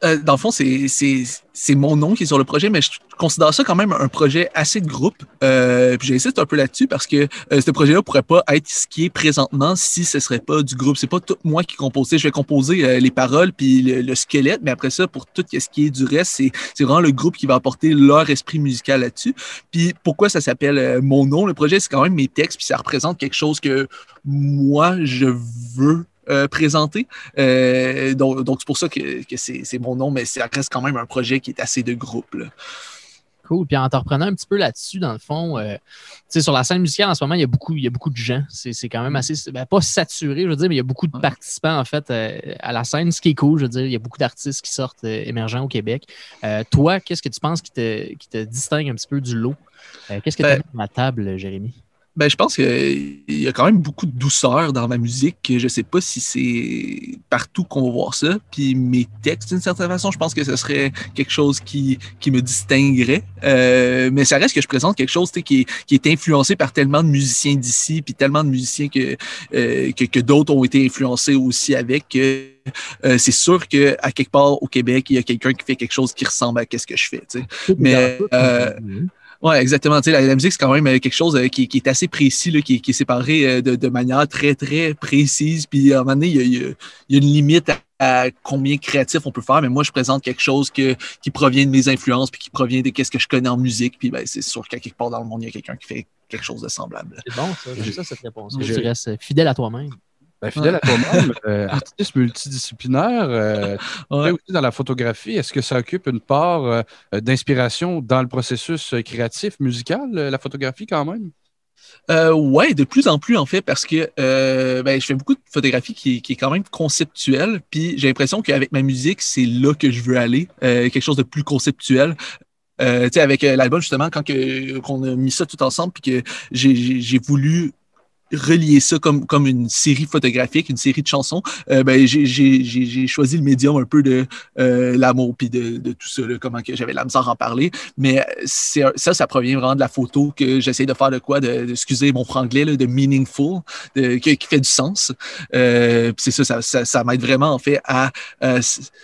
Euh, dans le fond, c'est, c'est, c'est mon nom qui est sur le projet, mais je considère ça quand même un projet assez de groupe. Euh, puis j'insiste un peu là-dessus parce que euh, ce projet-là pourrait pas être ce qui est présentement si ce serait pas du groupe. C'est pas tout moi qui composais. Je vais composer euh, les paroles puis le, le squelette, mais après ça, pour tout ce qui est du reste, c'est, c'est vraiment le groupe qui va apporter leur esprit musical là-dessus. Puis pourquoi ça s'appelle euh, mon nom? Le projet, c'est quand même mes textes, puis ça représente quelque chose que moi, je veux Euh, présenté. Euh, donc, donc, c'est pour ça que, que c'est, c'est mon nom, mais ça reste quand même un projet qui est assez de groupe. Là. Cool. Puis en te reprenant un petit peu là-dessus, dans le fond, euh, tu sais, sur la scène musicale, en ce moment, il y a beaucoup, il y a beaucoup de gens. C'est, c'est quand même assez, ben, pas saturé, je veux dire, mais il y a beaucoup de participants, en fait, euh, à la scène, ce qui est cool, je veux dire. Il y a beaucoup d'artistes qui sortent euh, émergents au Québec. Euh, toi, qu'est-ce que tu penses qui te, qui te distingue un petit peu du lot? Euh, qu'est-ce que tu as mis sur la table, Jérémy? Ben, je pense qu'il y a quand même beaucoup de douceur dans ma musique. Je sais pas si c'est partout qu'on va voir ça. Puis mes textes, d'une certaine façon, je pense que ce serait quelque chose qui, qui me distinguerait. Euh, mais ça reste que je présente quelque chose qui est, qui est influencé par tellement de musiciens d'ici, puis tellement de musiciens que, euh, que, que d'autres ont été influencés aussi avec. Que, euh, c'est sûr qu'à quelque part au Québec, il y a quelqu'un qui fait quelque chose qui ressemble à ce que je fais. T'sais. Mais... Euh, Oui, exactement. Tu sais, la, la musique, c'est quand même quelque chose qui, qui est assez précis, là, qui, qui est séparé de, de manière très, très précise. Puis à un moment donné, il y a, il y a, il y a une limite à, à combien créatif on peut faire. Mais moi, je présente quelque chose que, qui provient de mes influences puis qui provient de ce que je connais en musique. Puis ben, c'est sûr qu'à quelque part dans le monde, il y a quelqu'un qui fait quelque chose de semblable. C'est bon, ça. J'aime ça, cette réponse. Je... Tu restes fidèle à toi-même. Ben, fidèle à toi-même, euh, artiste multidisciplinaire, euh, ouais. aussi dans la photographie, est-ce que ça occupe une part euh, d'inspiration dans le processus créatif, musical, la photographie quand même? Euh, oui, de plus en plus en fait, parce que euh, ben, je fais beaucoup de photographie qui, qui est quand même conceptuelle, puis j'ai l'impression qu'avec ma musique, c'est là que je veux aller, euh, quelque chose de plus conceptuel. Euh, tu sais, avec l'album, justement, quand que, qu'on a mis ça tout ensemble, puis que j'ai, j'ai, j'ai voulu relier ça comme, comme une série photographique, une série de chansons, euh, ben, j'ai, j'ai, j'ai, j'ai choisi le médium un peu de euh, l'amour puis de, de tout ça, là, comment que j'avais la misère à en parler. Mais c'est, ça, ça provient vraiment de la photo que j'essaie de faire de quoi, de, de excusez mon franglais, là, de meaningful, de, qui, qui fait du sens. Euh, c'est ça, ça, ça, ça m'aide vraiment en fait à, à,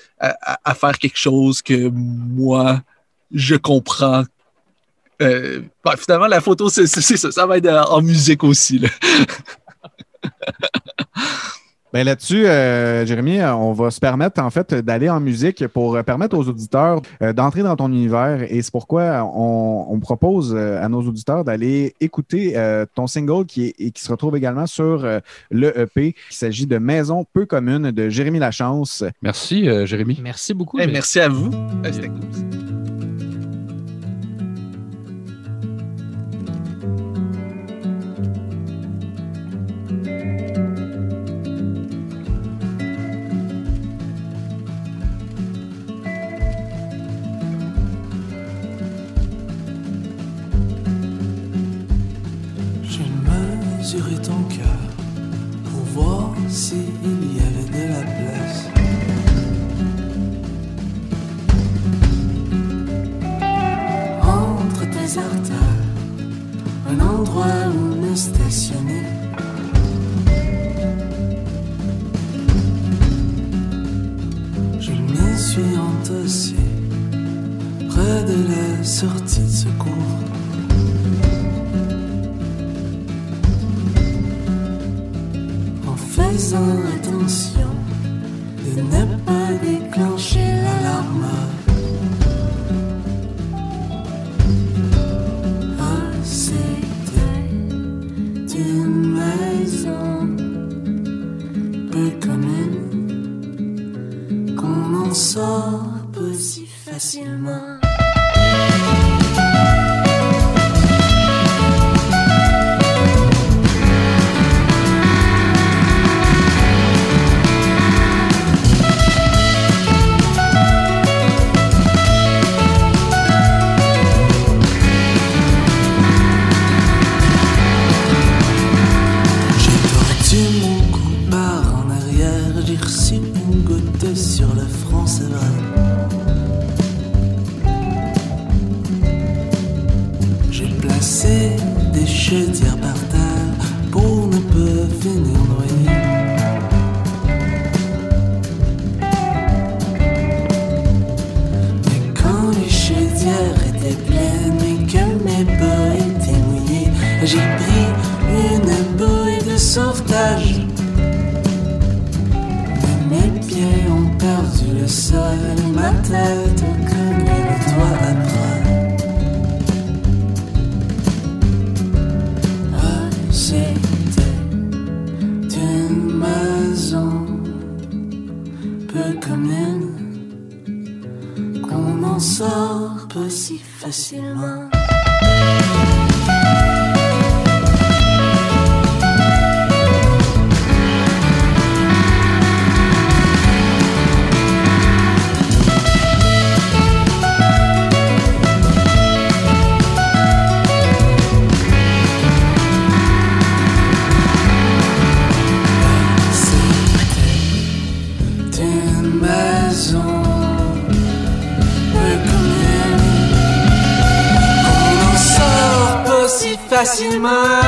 à, à faire quelque chose que moi, je comprends. Euh, ben, finalement, la photo, c'est, c'est, c'est ça. Ça va être en musique aussi. Là. Ben là-dessus, euh, Jérémy, on va se permettre en fait d'aller en musique pour permettre aux auditeurs euh, d'entrer dans ton univers. Et c'est pourquoi on, on propose euh, à nos auditeurs d'aller écouter euh, ton single qui, est, et qui se retrouve également sur euh, le E P. Il s'agit de Maison peu commune de Jérémy Lachance. Merci, euh, Jérémy. Merci beaucoup. Hey, merci à vous. Hey, c'était cool. Mesurer ton cœur pour voir s'il y avait de la place. Entre tes artères, un endroit où me stationner. Je m'y suis entassé près de la sortie de secours. Faisant attention de ne pas déclencher l'alarme. Ah, c'était une maison peu commune qu'on n'en sort pas si facilement. Sur le front, c'est vrai. J'ai placé des chaudières par terre pour ne pas finir noyé. partage. Mes pieds ont perdu le sol, ma tête comme le doigt à bras. Ah, c'était une maison peu commune qu'on n'en sort pas si facilement. Facilement.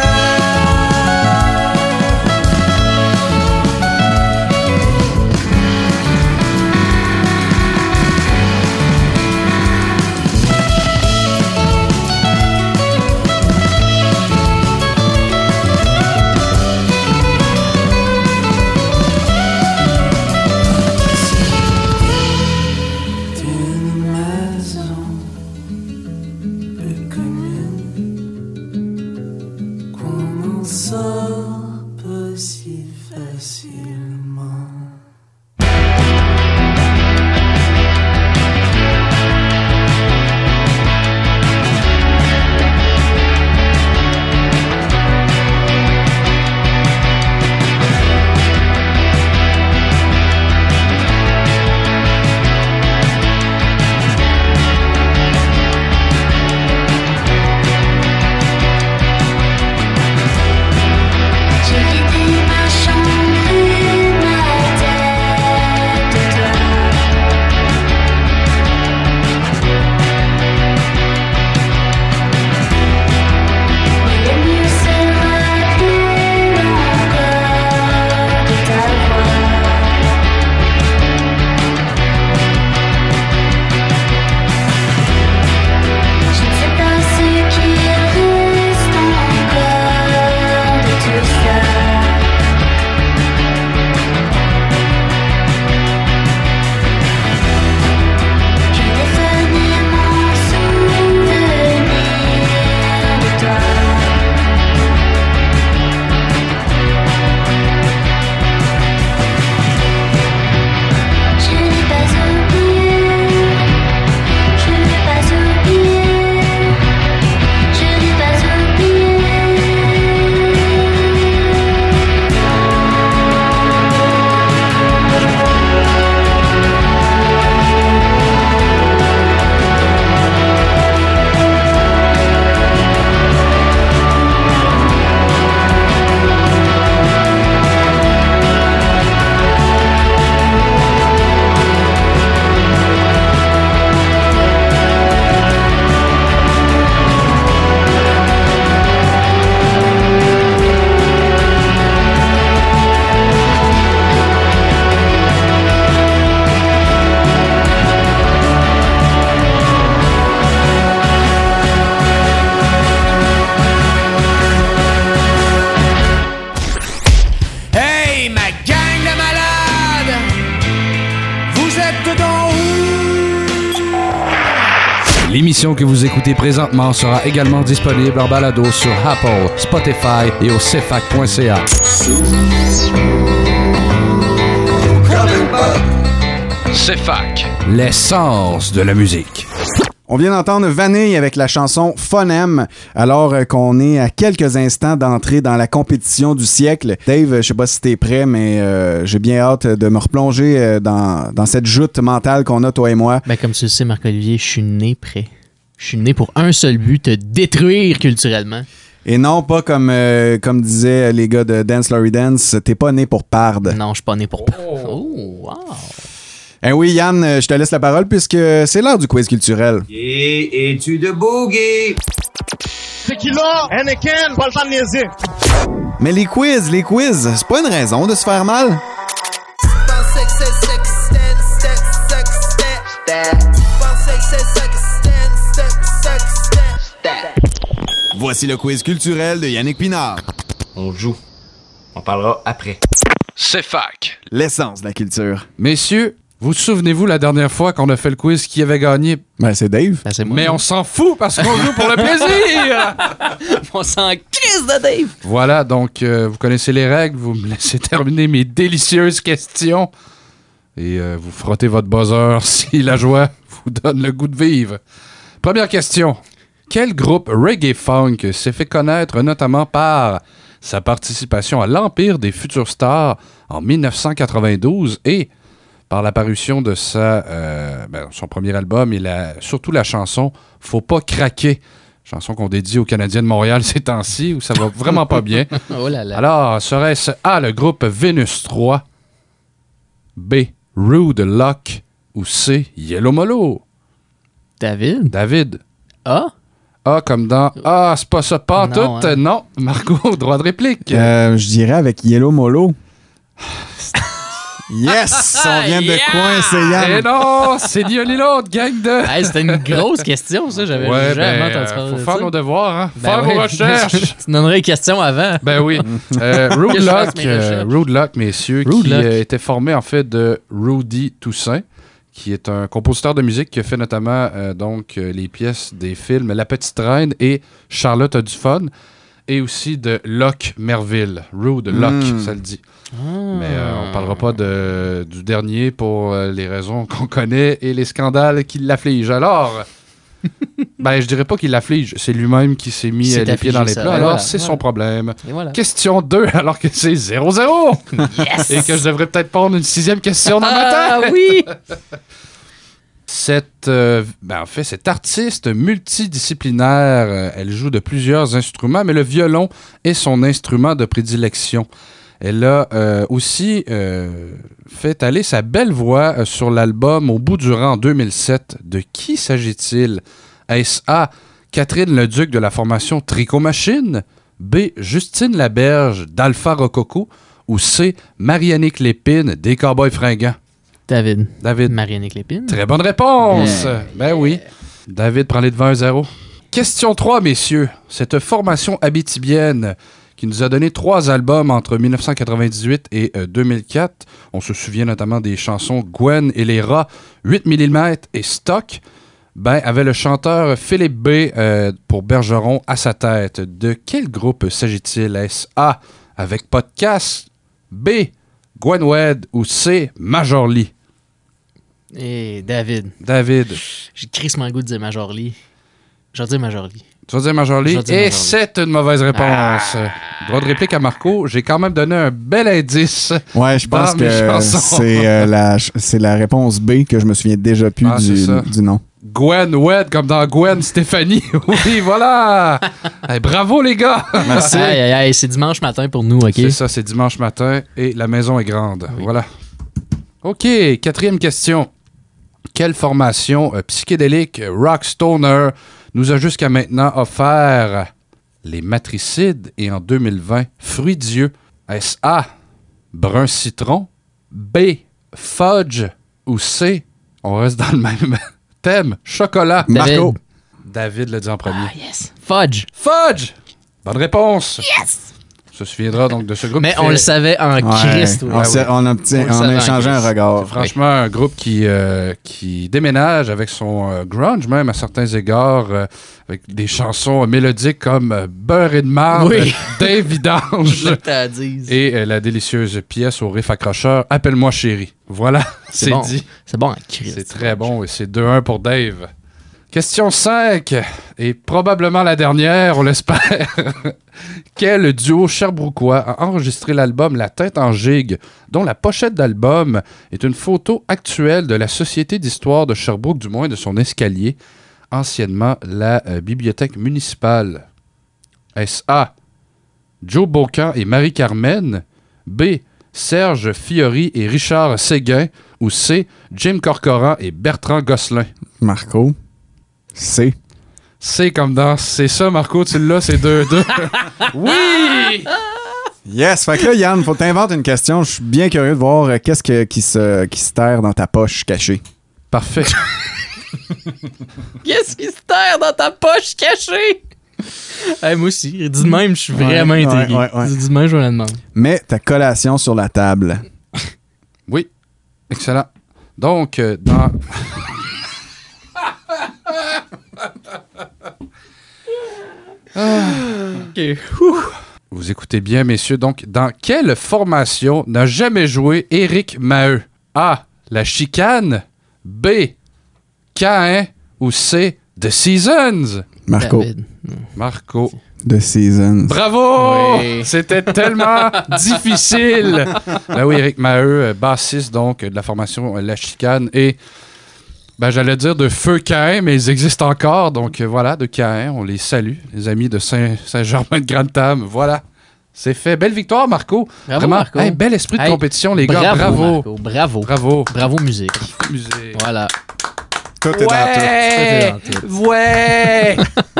L'émission que vous écoutez présentement sera également disponible en balado sur Apple, Spotify et au c f a c point c a. C F A C, l'essence de la musique. On vient d'entendre Vanille avec la chanson Phonème, alors euh, qu'on est à quelques instants d'entrer dans la compétition du siècle. Dave, je sais pas si t'es prêt, mais euh, j'ai bien hâte de me replonger euh, dans, dans cette joute mentale qu'on a, toi et moi. Ben, comme tu le sais, Marc-Olivier, je suis né prêt. Je suis né pour un seul but, te détruire culturellement. Et non pas comme, euh, comme disaient les gars de Dance Laurie Dance, t'es pas né pour perdre. Non, je suis pas né pour perdre. Oh, wow! Eh oui, Yann, je te laisse la parole puisque c'est l'heure du quiz culturel. Et es-tu de boogie? Tequila, Anakin, pas le temps de niaiser. Mais les quiz, les quiz, c'est pas une raison de se faire mal. Voici le quiz culturel de Yannick Pinard. On joue On parlera après. C'est fac. L'essence de la culture. Messieurs, vous souvenez-vous la dernière fois qu'on a fait le quiz qui avait gagné? Ben, c'est Dave. Ben, c'est moi, Mais moi. on s'en fout parce qu'on joue pour le plaisir! On s'en crisse de Dave! Voilà, donc euh, vous connaissez les règles. Vous me laissez terminer mes délicieuses questions. Et euh, vous frottez votre buzzer si la joie vous donne le goût de vivre. Première question. Quel groupe reggae funk s'est fait connaître notamment par sa participation à l'Empire des Futures Stars en dix-neuf cent quatre-vingt-douze et par l'apparition de sa, euh, ben, son premier album et la, surtout la chanson « Faut pas craquer », chanson qu'on dédie aux Canadiens de Montréal ces temps-ci où ça va vraiment pas bien. Oh là là. Alors, serait-ce A, le groupe Vénus trois, B, Rude Luck ou C, Yellow Molo? David? David. A? A comme dans Ah, c'est pas ça, pas Non, tout. hein. Non, Marco, droit de réplique. Euh, je dirais avec Yellow Molo. Yes! On vient Yeah! de coincer Yann. Eh non, c'est ni un ni l'autre, gang de. Hey, c'était une grosse question, ça. J'avais Ouais, jamais ben, entendu parler faut de faire ça. nos devoirs, hein. Ben faire ouais. vos recherches. Tu donnerais les questions avant. Ben oui. Euh, Rude Que je fasse Luck, mes euh, recherches. Rude Luck, messieurs, Rude qui Luck. euh, était formé en fait de Rudy Toussaint, qui est un compositeur de musique qui a fait notamment euh, donc euh, les pièces des films La Petite Reine et Charlotte a du fun, et aussi de Locke Merville. Rude Luck, Mm. ça le dit. Mais euh, on parlera pas de, du dernier pour euh, les raisons qu'on connaît et les scandales qui l'affligent. Alors, ben je dirais pas qu'il l'afflige, c'est lui-même qui s'est mis C'est euh, les pieds dans les affligé, plats. ça. Alors, Voilà, c'est voilà. son problème. Et voilà. Question deux, alors que c'est zéro zéro. Yes! Et que je devrais peut-être prendre une sixième question dans ma Ah tête. oui! Cette, euh, ben, en fait, cette artiste multidisciplinaire, euh, elle joue de plusieurs instruments, mais le violon est son instrument de prédilection. Elle a euh, aussi euh, fait aller sa belle voix euh, sur l'album Au bout du rang en deux mille sept. De qui s'agit-il? Est-ce A, Catherine Leduc de la formation Tricot Machine? B, Justine Laberge d'Alpha Rococo? Ou C, Marianne Lépine des Cowboys Fringants? David. David. Marianne Lépine. Très bonne réponse. Yeah. Ben oui. David prend les devants un zéro. Question trois, messieurs. Cette formation abitibienne qui nous a donné trois albums entre dix-neuf cent quatre-vingt-dix-huit et euh, deux mille quatre. On se souvient notamment des chansons Gwen et les rats, huit millimètres et Stock. Ben, avait le chanteur Philippe B. Euh, pour Bergeron à sa tête. De quel groupe s'agit-il? Est-ce A, avec Podcast, B, Gwen Wed ou C, Major Lee? Et David. David. J'ai crissement le goût de dire Major Lee. Je vais dire Major Lee. Tu vas dire Major Lee? Je vais dire Et Major Lee. c'est une mauvaise réponse. Ah. Droit de réplique à Marco. J'ai quand même donné un bel indice. Ouais, je pense que c'est euh, la, c'est la réponse B que je me souviens déjà plus ah, du, du nom. Gwen Wed, comme dans Gwen Stéphanie. Oui, voilà! Hey, bravo, les gars! Merci. Aïe, aïe, aïe, c'est dimanche matin pour nous, OK? C'est ça, c'est dimanche matin et la maison est grande. Oui. Voilà. OK, quatrième question. Quelle formation euh, psychédélique rock stoner nous a jusqu'à maintenant offert les Matricides et en deux mille vingt, Fruits Dieu? Est-ce A, Brun Citron, B, Fudge ou C, on reste dans le même thème, chocolat? Marco. David l'a dit en premier. Ah, yes. Fudge. Fudge! Bonne réponse. Yes! On se souviendra donc de ce groupe. Mais on fait... le savait en ouais. Christ. On, ouais. on a, petit, on on a échangé un regard. C'est franchement un groupe qui, euh, qui déménage avec son euh, grunge, même à certains égards, euh, avec des chansons mélodiques comme euh, Beurre et de marde, oui. Dave Vidange et euh, la délicieuse pièce au riff accrocheur Appelle-moi chérie. Voilà, c'est, c'est bon. dit. C'est bon en Christ. C'est très bon et c'est deux un pour Dave. Question cinq, et probablement la dernière, on l'espère. Quel duo sherbrookois a enregistré l'album La Tête en gigue, dont la pochette d'album est une photo actuelle de la Société d'histoire de Sherbrooke, du moins de son escalier, anciennement la euh, bibliothèque municipale? Est-ce A, Joe Bocan et Marie-Carmen, B, Serge Fiori et Richard Séguin, ou C, Jim Corcoran et Bertrand Gosselin? Marco. C. C comme dans c'est ça, Marco, tu l'as, c'est deux deux. Oui! Yes! Fait que là, Yann, faut t'inventer une question. Je suis bien curieux de voir euh, qu'est-ce que, qui, se, qui se terre dans ta poche cachée. Parfait. Qu'est-ce qui se terre dans ta poche cachée? Hey, moi aussi. Dit de même, je suis vraiment Ouais, intrigué. ouais, ouais, ouais. Dit de même, je vais la demander. Mets ta collation sur la table. Oui. Excellent. Donc, euh, dans... ah. OK. Ouh. Vous écoutez bien, messieurs. Donc, dans quelle formation n'a jamais joué Éric Maheu? A. La chicane. B. Caïn. Ou C. The Seasons? Marco. David. Marco. The Seasons. Bravo! Oui. C'était tellement difficile! Ben oui, Éric Maheu, bassiste donc de la formation La Chicane et ben j'allais dire de Feu Caïn, mais ils existent encore, donc voilà, de Caïn, on les salue, les amis de Saint- Saint-Germain-de-Grantham, voilà. C'est fait. Belle victoire, Marco. Bravo, Vraiment, Marco. hey, bel esprit de Hey, compétition, les gars. bravo, Bravo. Marco. Bravo. Bravo. Bravo, musique. Musée. Voilà. Tout est Ouais! dans tout. Tout est dans tout. Ouais!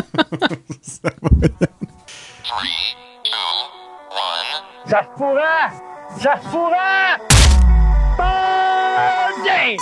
Ça se pourrait! Ça se pourrait! Party!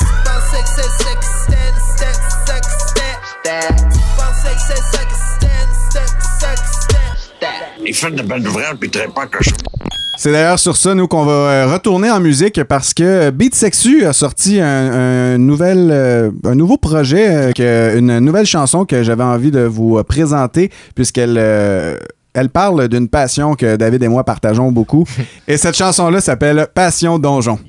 Il fait de belles ouvrages puis il traite pas cochon. C'est d'ailleurs sur ça, nous, qu'on va euh, retourner en musique parce que Beat Sexu a sorti un, un, nouvel, euh, un nouveau projet, euh, que- une nouvelle chanson que j'avais envie de vous euh, présenter puisqu'elle euh, elle parle d'une passion que David et moi partageons beaucoup. Et cette chanson-là s'appelle Passion Donjon.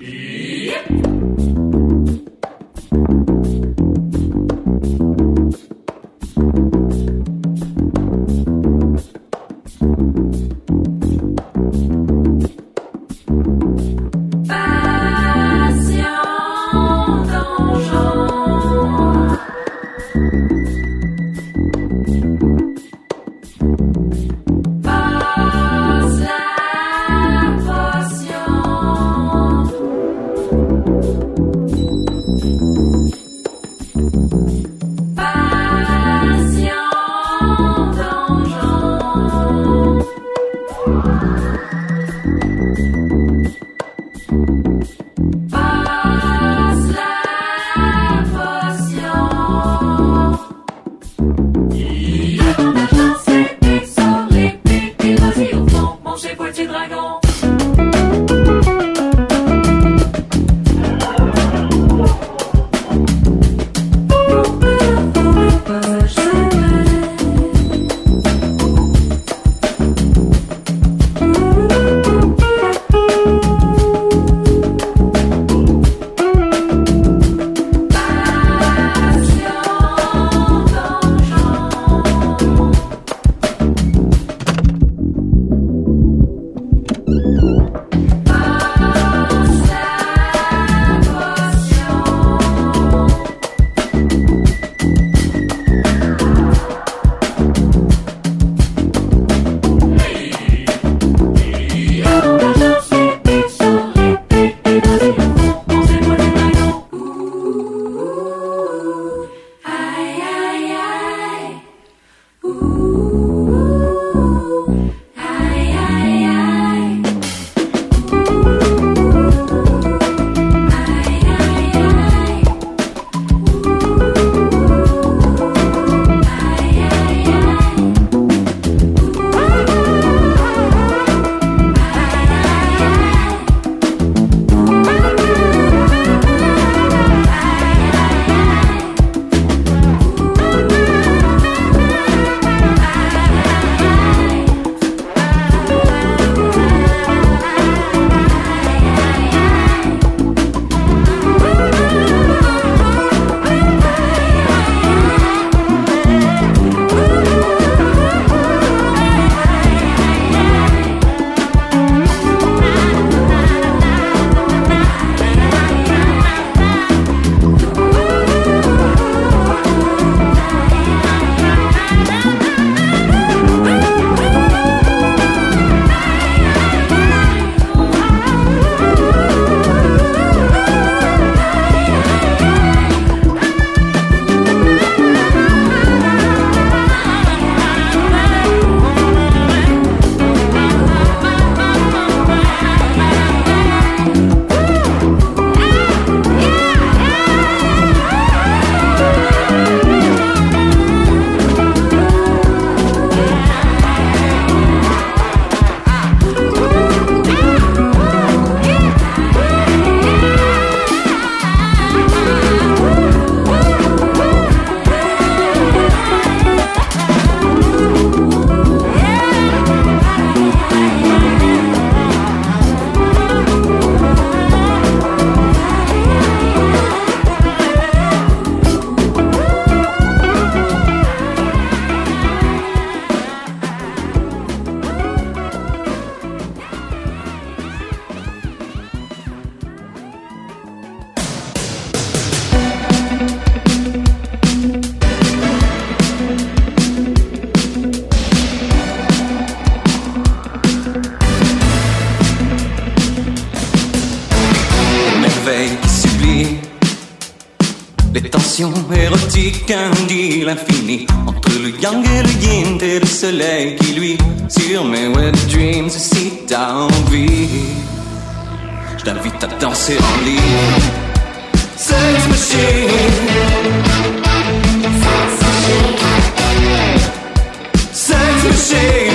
Dragon. érotique undit l'infini entre le yang et le yin et le soleil qui lui sur mes wet dreams. Si t'as envie, je t'invite à danser en ligne. Sex machine, sex machine.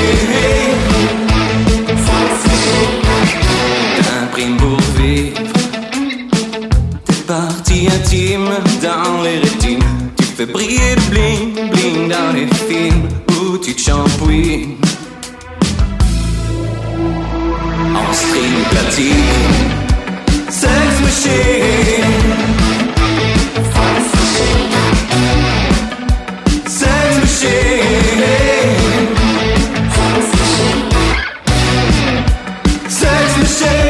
T'imprimes pour vivre tes parties intimes dans les rétines. Tu fais briller le bling bling dans les films où tu te shampouines en string platine. Sex machine, sex machine, sex machine.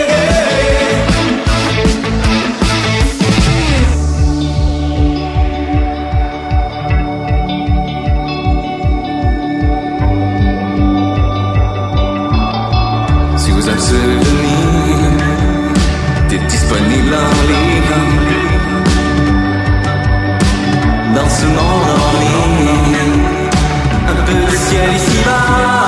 Si vous êtes souvenir, t'es disponible en ligne, dans ce monde en ligne, un peu de ciel ici-bas.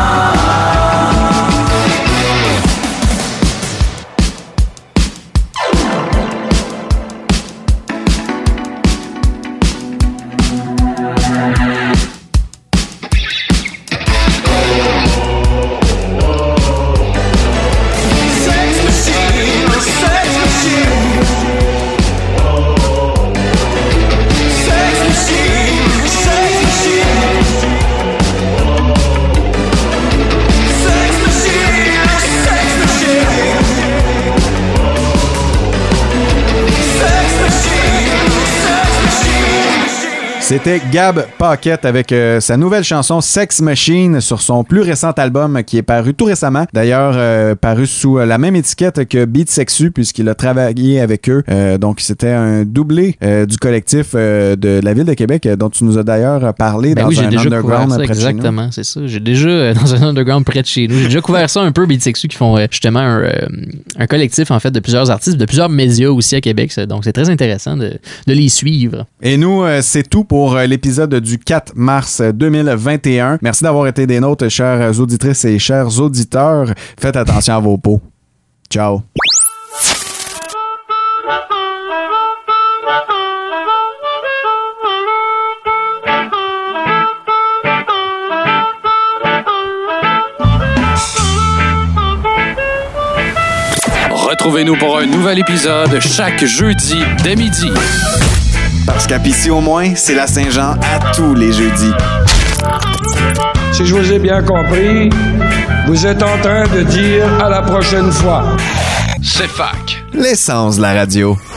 C'était Gab Paquette avec euh, sa nouvelle chanson Sex Machine sur son plus récent album qui est paru tout récemment. D'ailleurs, euh, paru sous la même étiquette que Beat Sexu puisqu'il a travaillé avec eux. Euh, donc, c'était un doublé euh, du collectif euh, de la Ville de Québec dont tu nous as d'ailleurs parlé ben dans oui, un j'ai underground ça, près exactement, de chez nous. c'est ça. J'ai déjà, euh, dans un underground près de chez nous, j'ai déjà couvert ça un peu, Beat Sexu, qui font euh, justement un, euh, un collectif en fait de plusieurs artistes, de plusieurs médias aussi à Québec. Ça, donc, c'est très intéressant de, de les suivre. Et nous, euh, c'est tout pour euh, l'épisode du quatre mars deux mille vingt et un. Merci d'avoir été des nôtres, chères auditrices et chers auditeurs. Faites attention à vos peaux. Ciao. Retrouvez-nous pour un nouvel épisode chaque jeudi dès midi. Parce qu'à Pissy au moins, c'est la Saint-Jean à tous les jeudis. Si je vous ai bien compris, vous êtes en train de dire à la prochaine fois. C'est fac. L'essence de la radio.